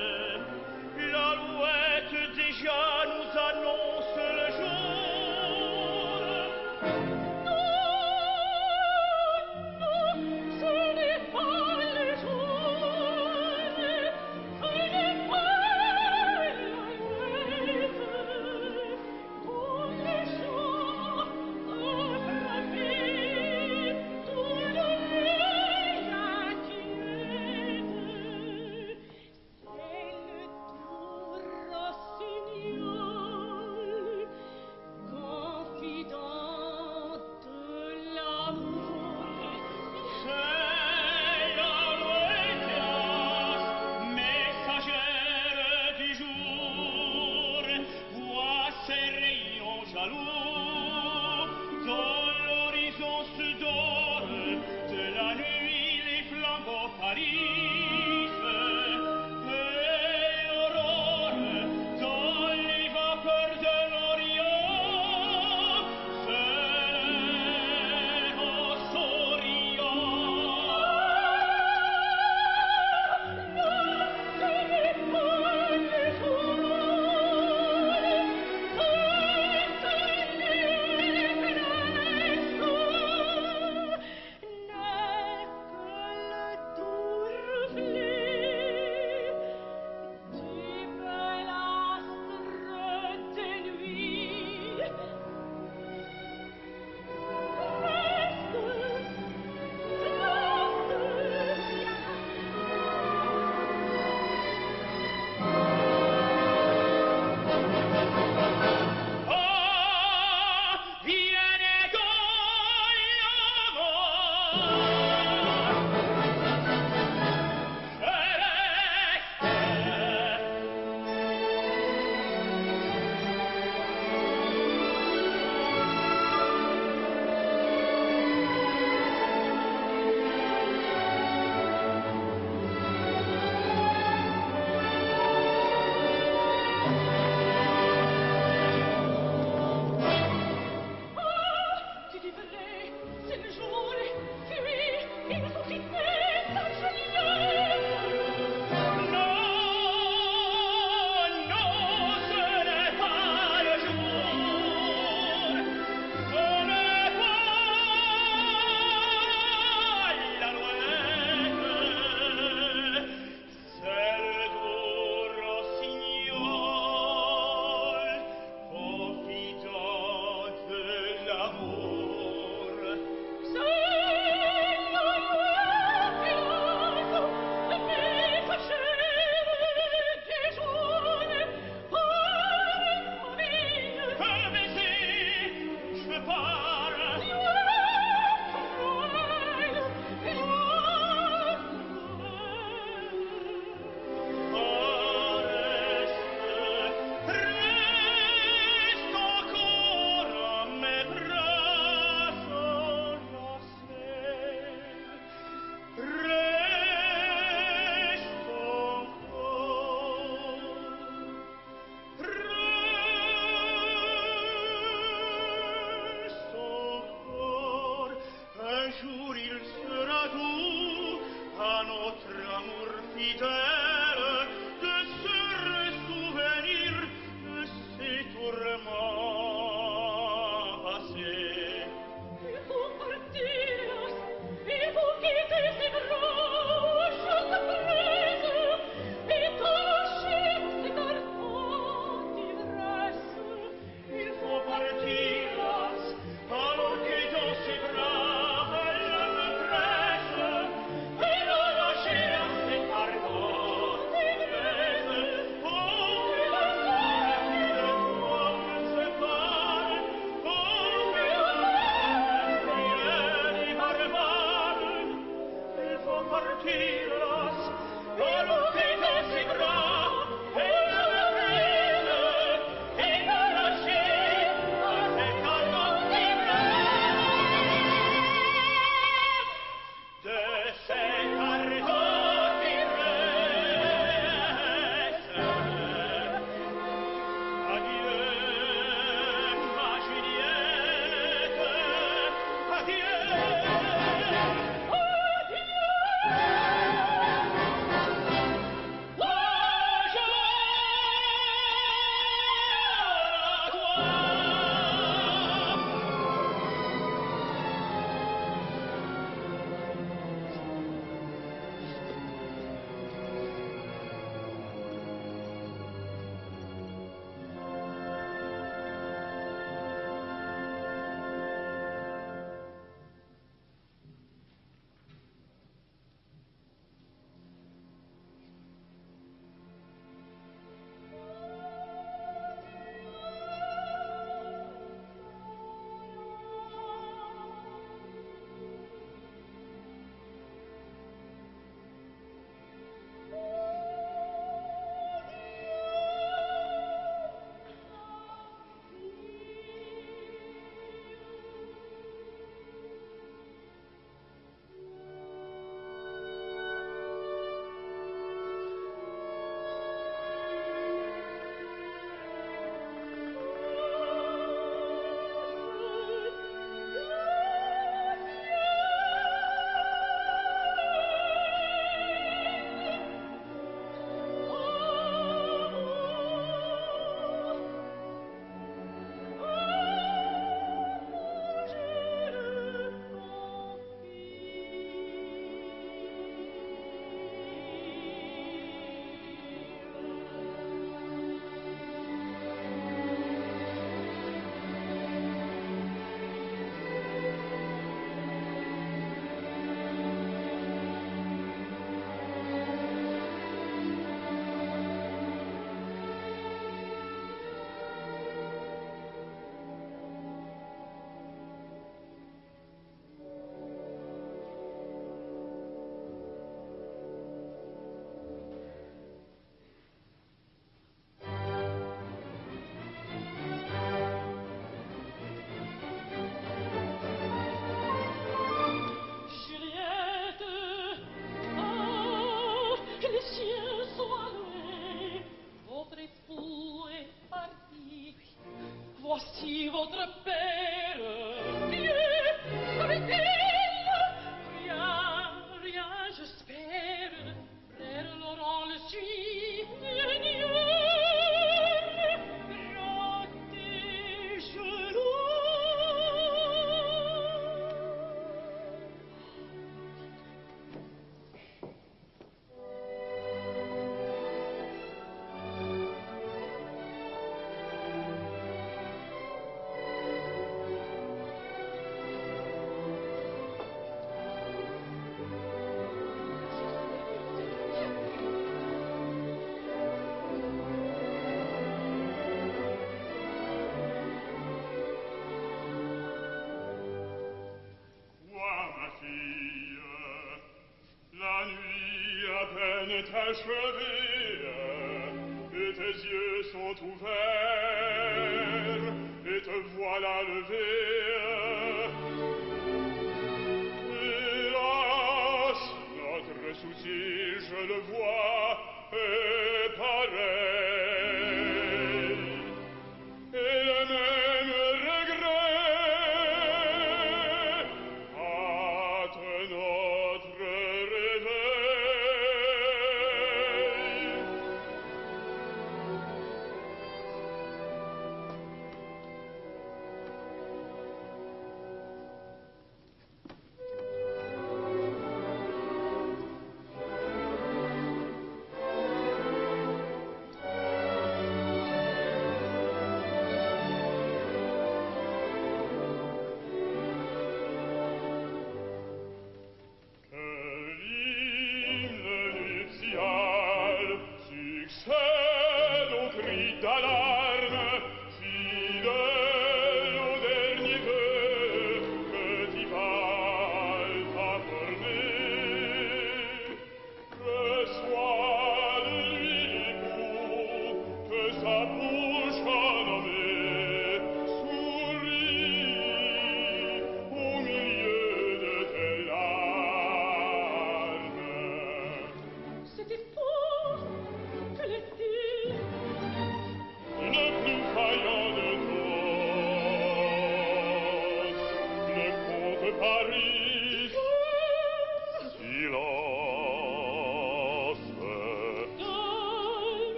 [SPEAKER 4] l'alouette déjà nous annonce le jour.
[SPEAKER 5] Non, ce n'est pas le jour, ce n'est pas l'alouette. Dans les champs, au frappé, tout le lait Voici votre père. Dieu, avec elle. Rien, rien, j'espère. Frère Laurent le suit. Seigneur, protège-le.
[SPEAKER 3] Achevée, et tes yeux sont ouverts, et te voilà levé. Hélas, notre souci, je le vois, est pareil, et le même regret hâte notre réveil.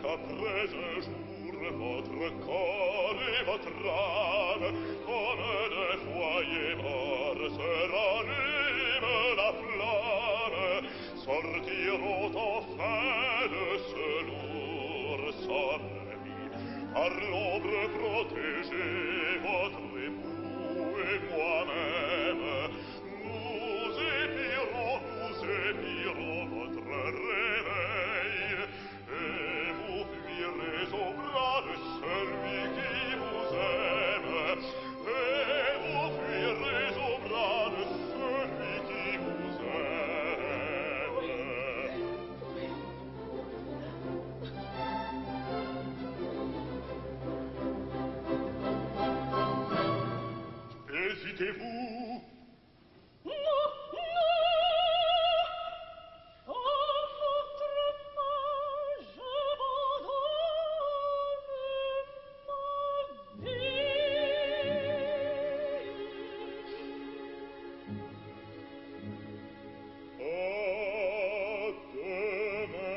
[SPEAKER 3] après un jour votre corps et votre âme comme deux foyers morts se rallument la flamme sortiront enfin de ce lourd sommeil par l'ombre protéger votre époux et moi-même nous épierons nous épierons votre réveil et vous fuirez au bras de celui qui vous aime et vous fuirez au bras de celui qui vous aime. Hésitez-vous?
[SPEAKER 5] Non, non! À votre main j'abandonne ma vie.
[SPEAKER 3] À demain.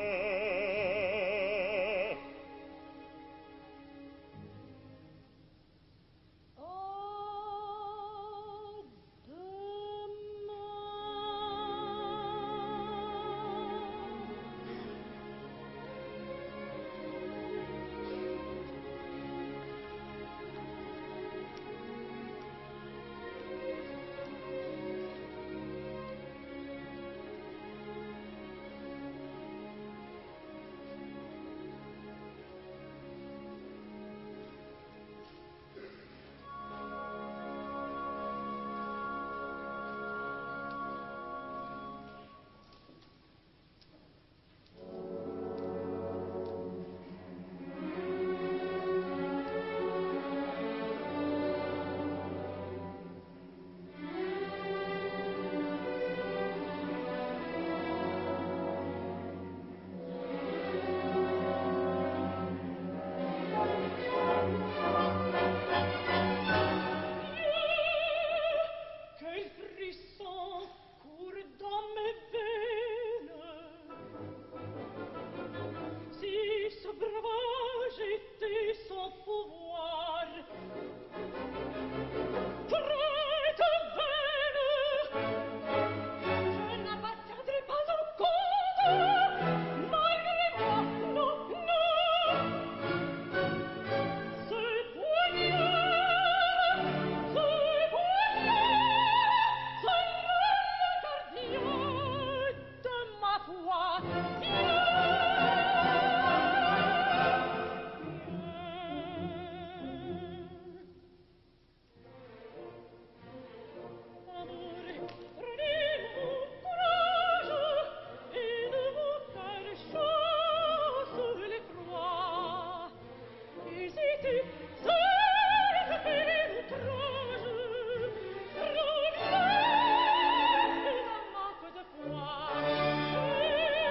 [SPEAKER 5] Quel frisson court dans mes veines. Si ce breuvage était sans pouvoir, traite vaine, je n'appartiendrai pas au compte, malgré moi, non, non. Ce poignard, ce poignard, sera le gardien de ma foi. Amore, prenez-vous courage et ne vous faire chaud sous l'effroi. Hésitez, c'est fait l'outrage, reviens d'un manque de foi.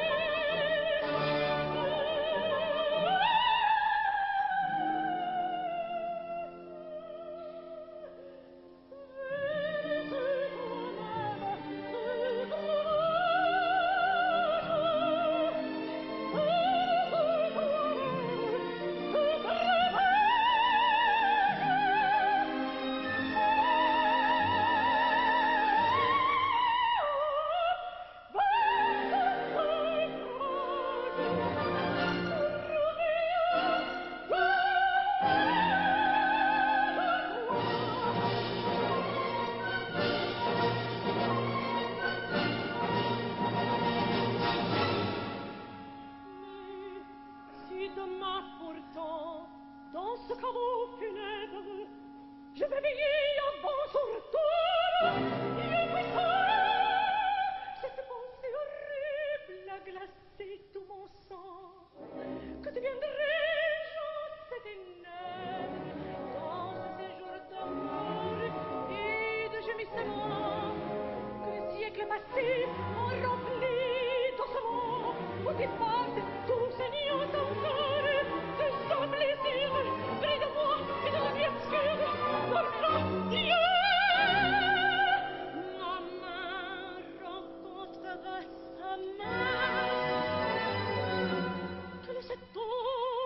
[SPEAKER 5] Si demain pourtant, dans ce caveau funèbre, je vais veiller avant son retour, il puissant, cette pensée horrible a glacé tout mon sang. Que deviendrai-je en ces ténèbres, dans ce séjour d'amour et de gémissement, que le siècle passé ont rempli doucement, où tu passes, tout saignant encore, de son plaisir, près de moi et de la vie obscure, dormira Dieu. Ma main rencontrera sa main, que le sept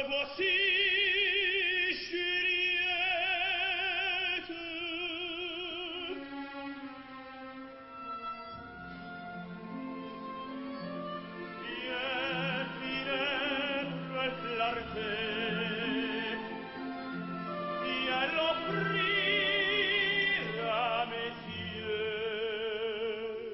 [SPEAKER 4] voici Juliette. Bien funèbre clarté, bien l'offrir à mes yeux.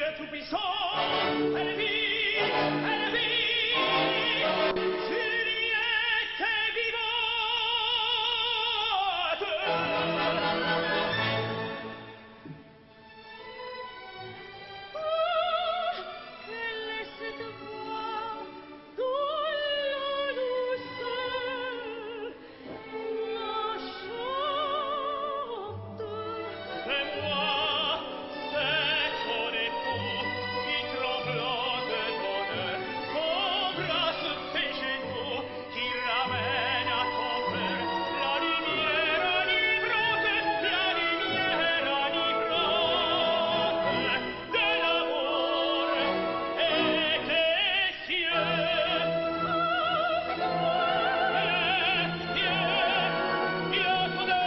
[SPEAKER 4] ciel tout-puissant, elle vit, elle vit, Juliette est vivante.
[SPEAKER 5] Ah, quelle est cette voix dont la douceur m'enchante?
[SPEAKER 4] C'est moi, c'est ton époux, qui tremblant de bonheur t'embrasse tes genoux, qui ramène à ton cœur la lumière enivrante, la lumière enivrante de l'amour et des cieux. Viens, viens, viens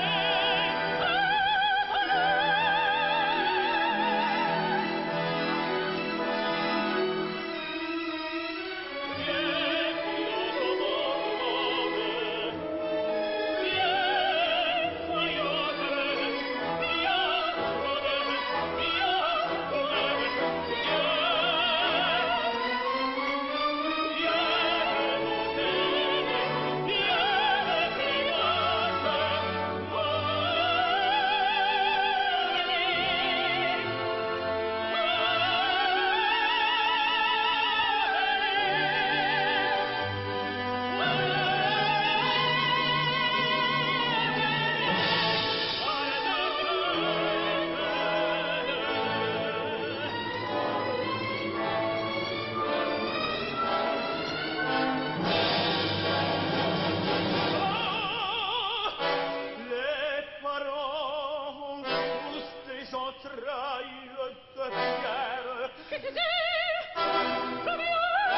[SPEAKER 4] les parents tous tes entrailles de pierre.
[SPEAKER 5] Que te dire, Romeo?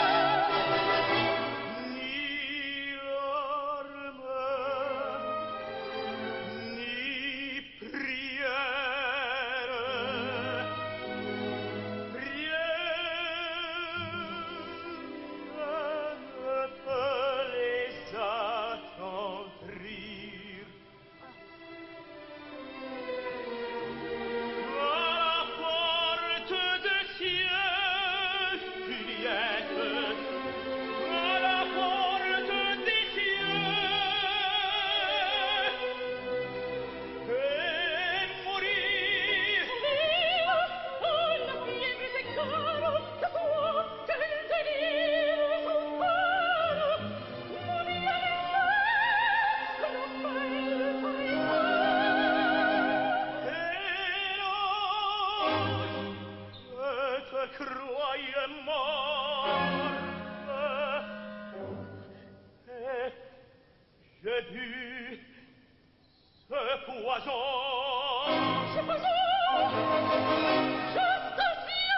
[SPEAKER 4] Ni larmes, ni prières, rien ne peut les attendrir. À la porte des cieux, Juliette, à la porte des cieux, et mourir.
[SPEAKER 5] Viva, oh, la prière est caro, de toi, quel délire son cœur. Mon bien aimé, l'on fait le
[SPEAKER 4] Et je te croyais mort, et j'ai bu ce poison.
[SPEAKER 5] Ce poison, juste au ciel.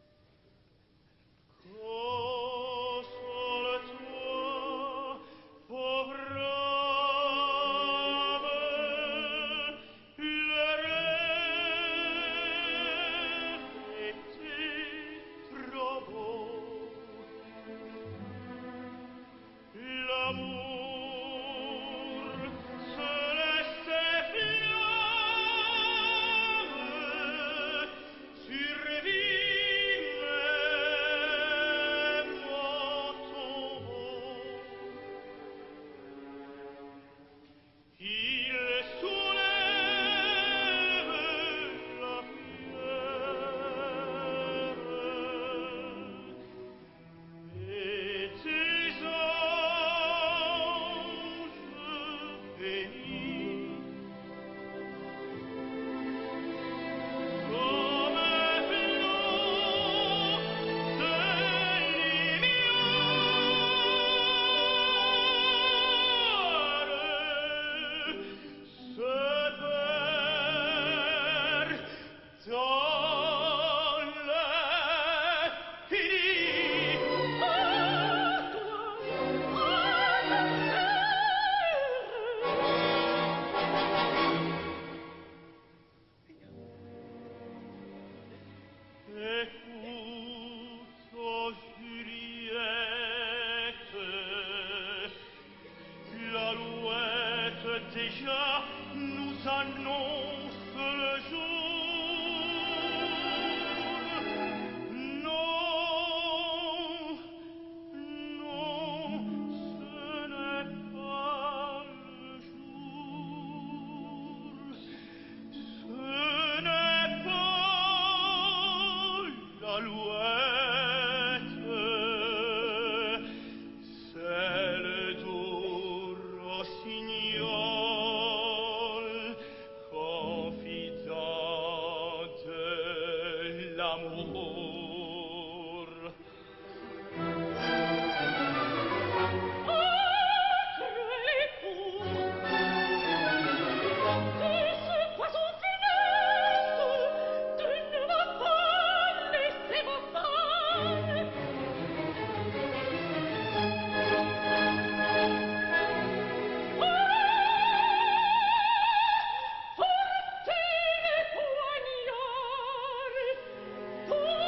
[SPEAKER 4] Console-toi,
[SPEAKER 5] Fortune poignard, tu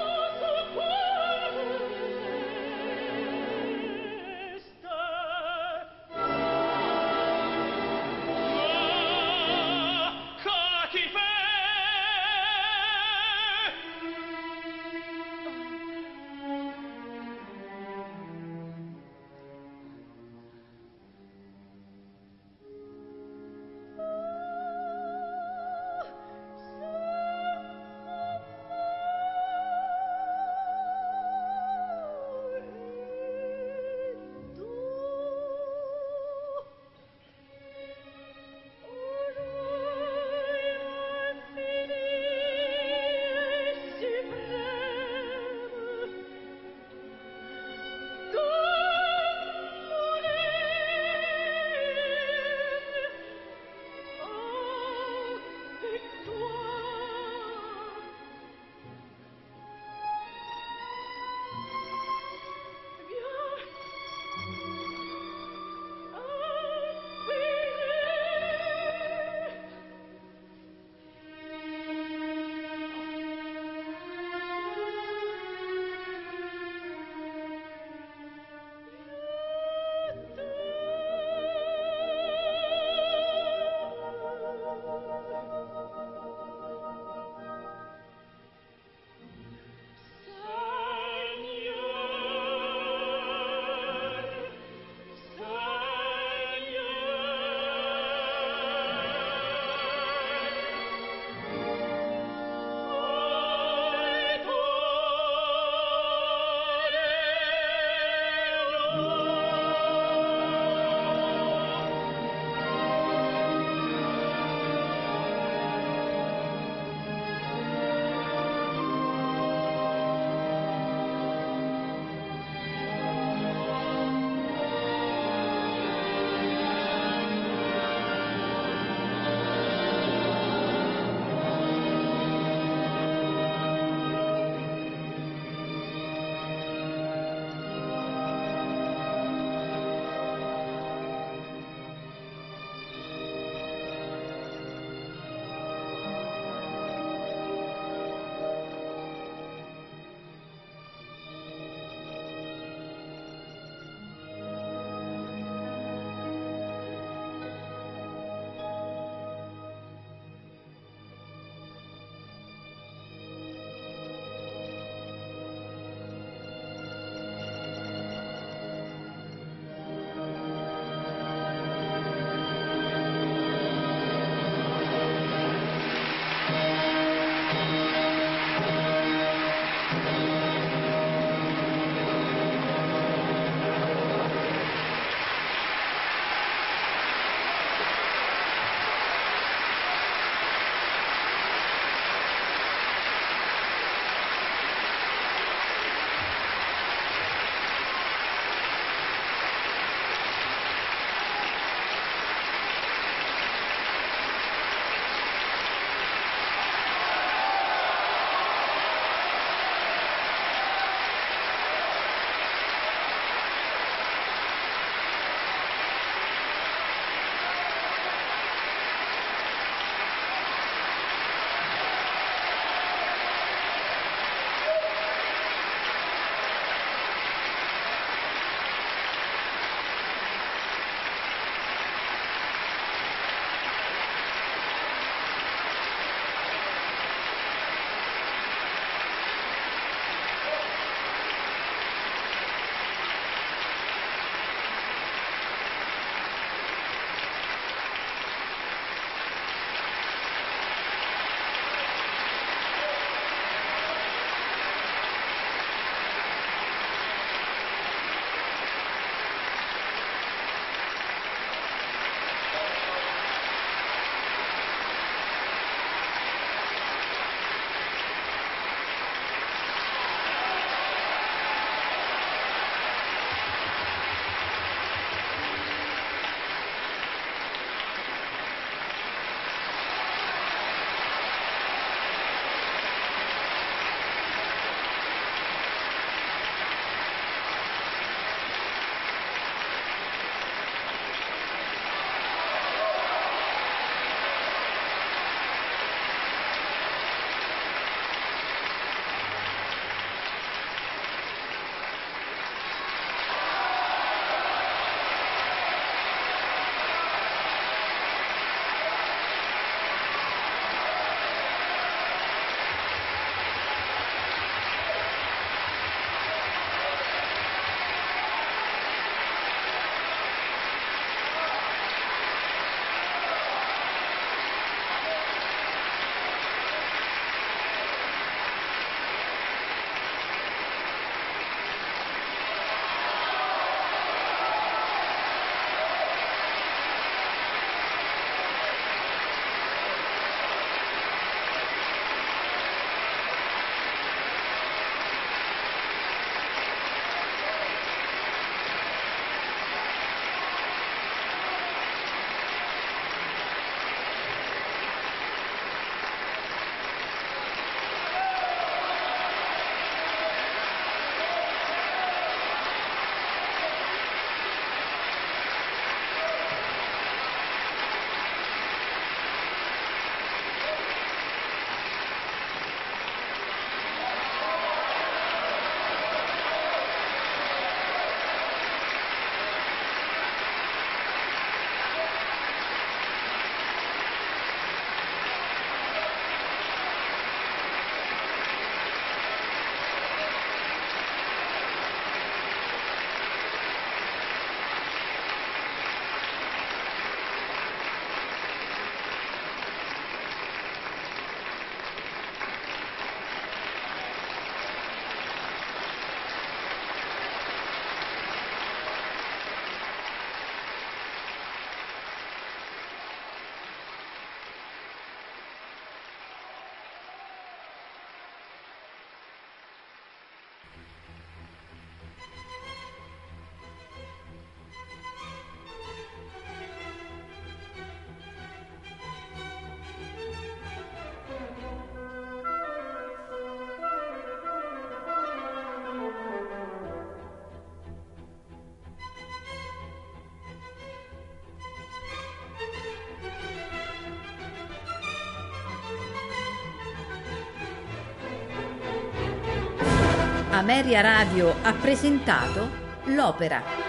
[SPEAKER 1] Ameria Radio ha presentato L'Opera.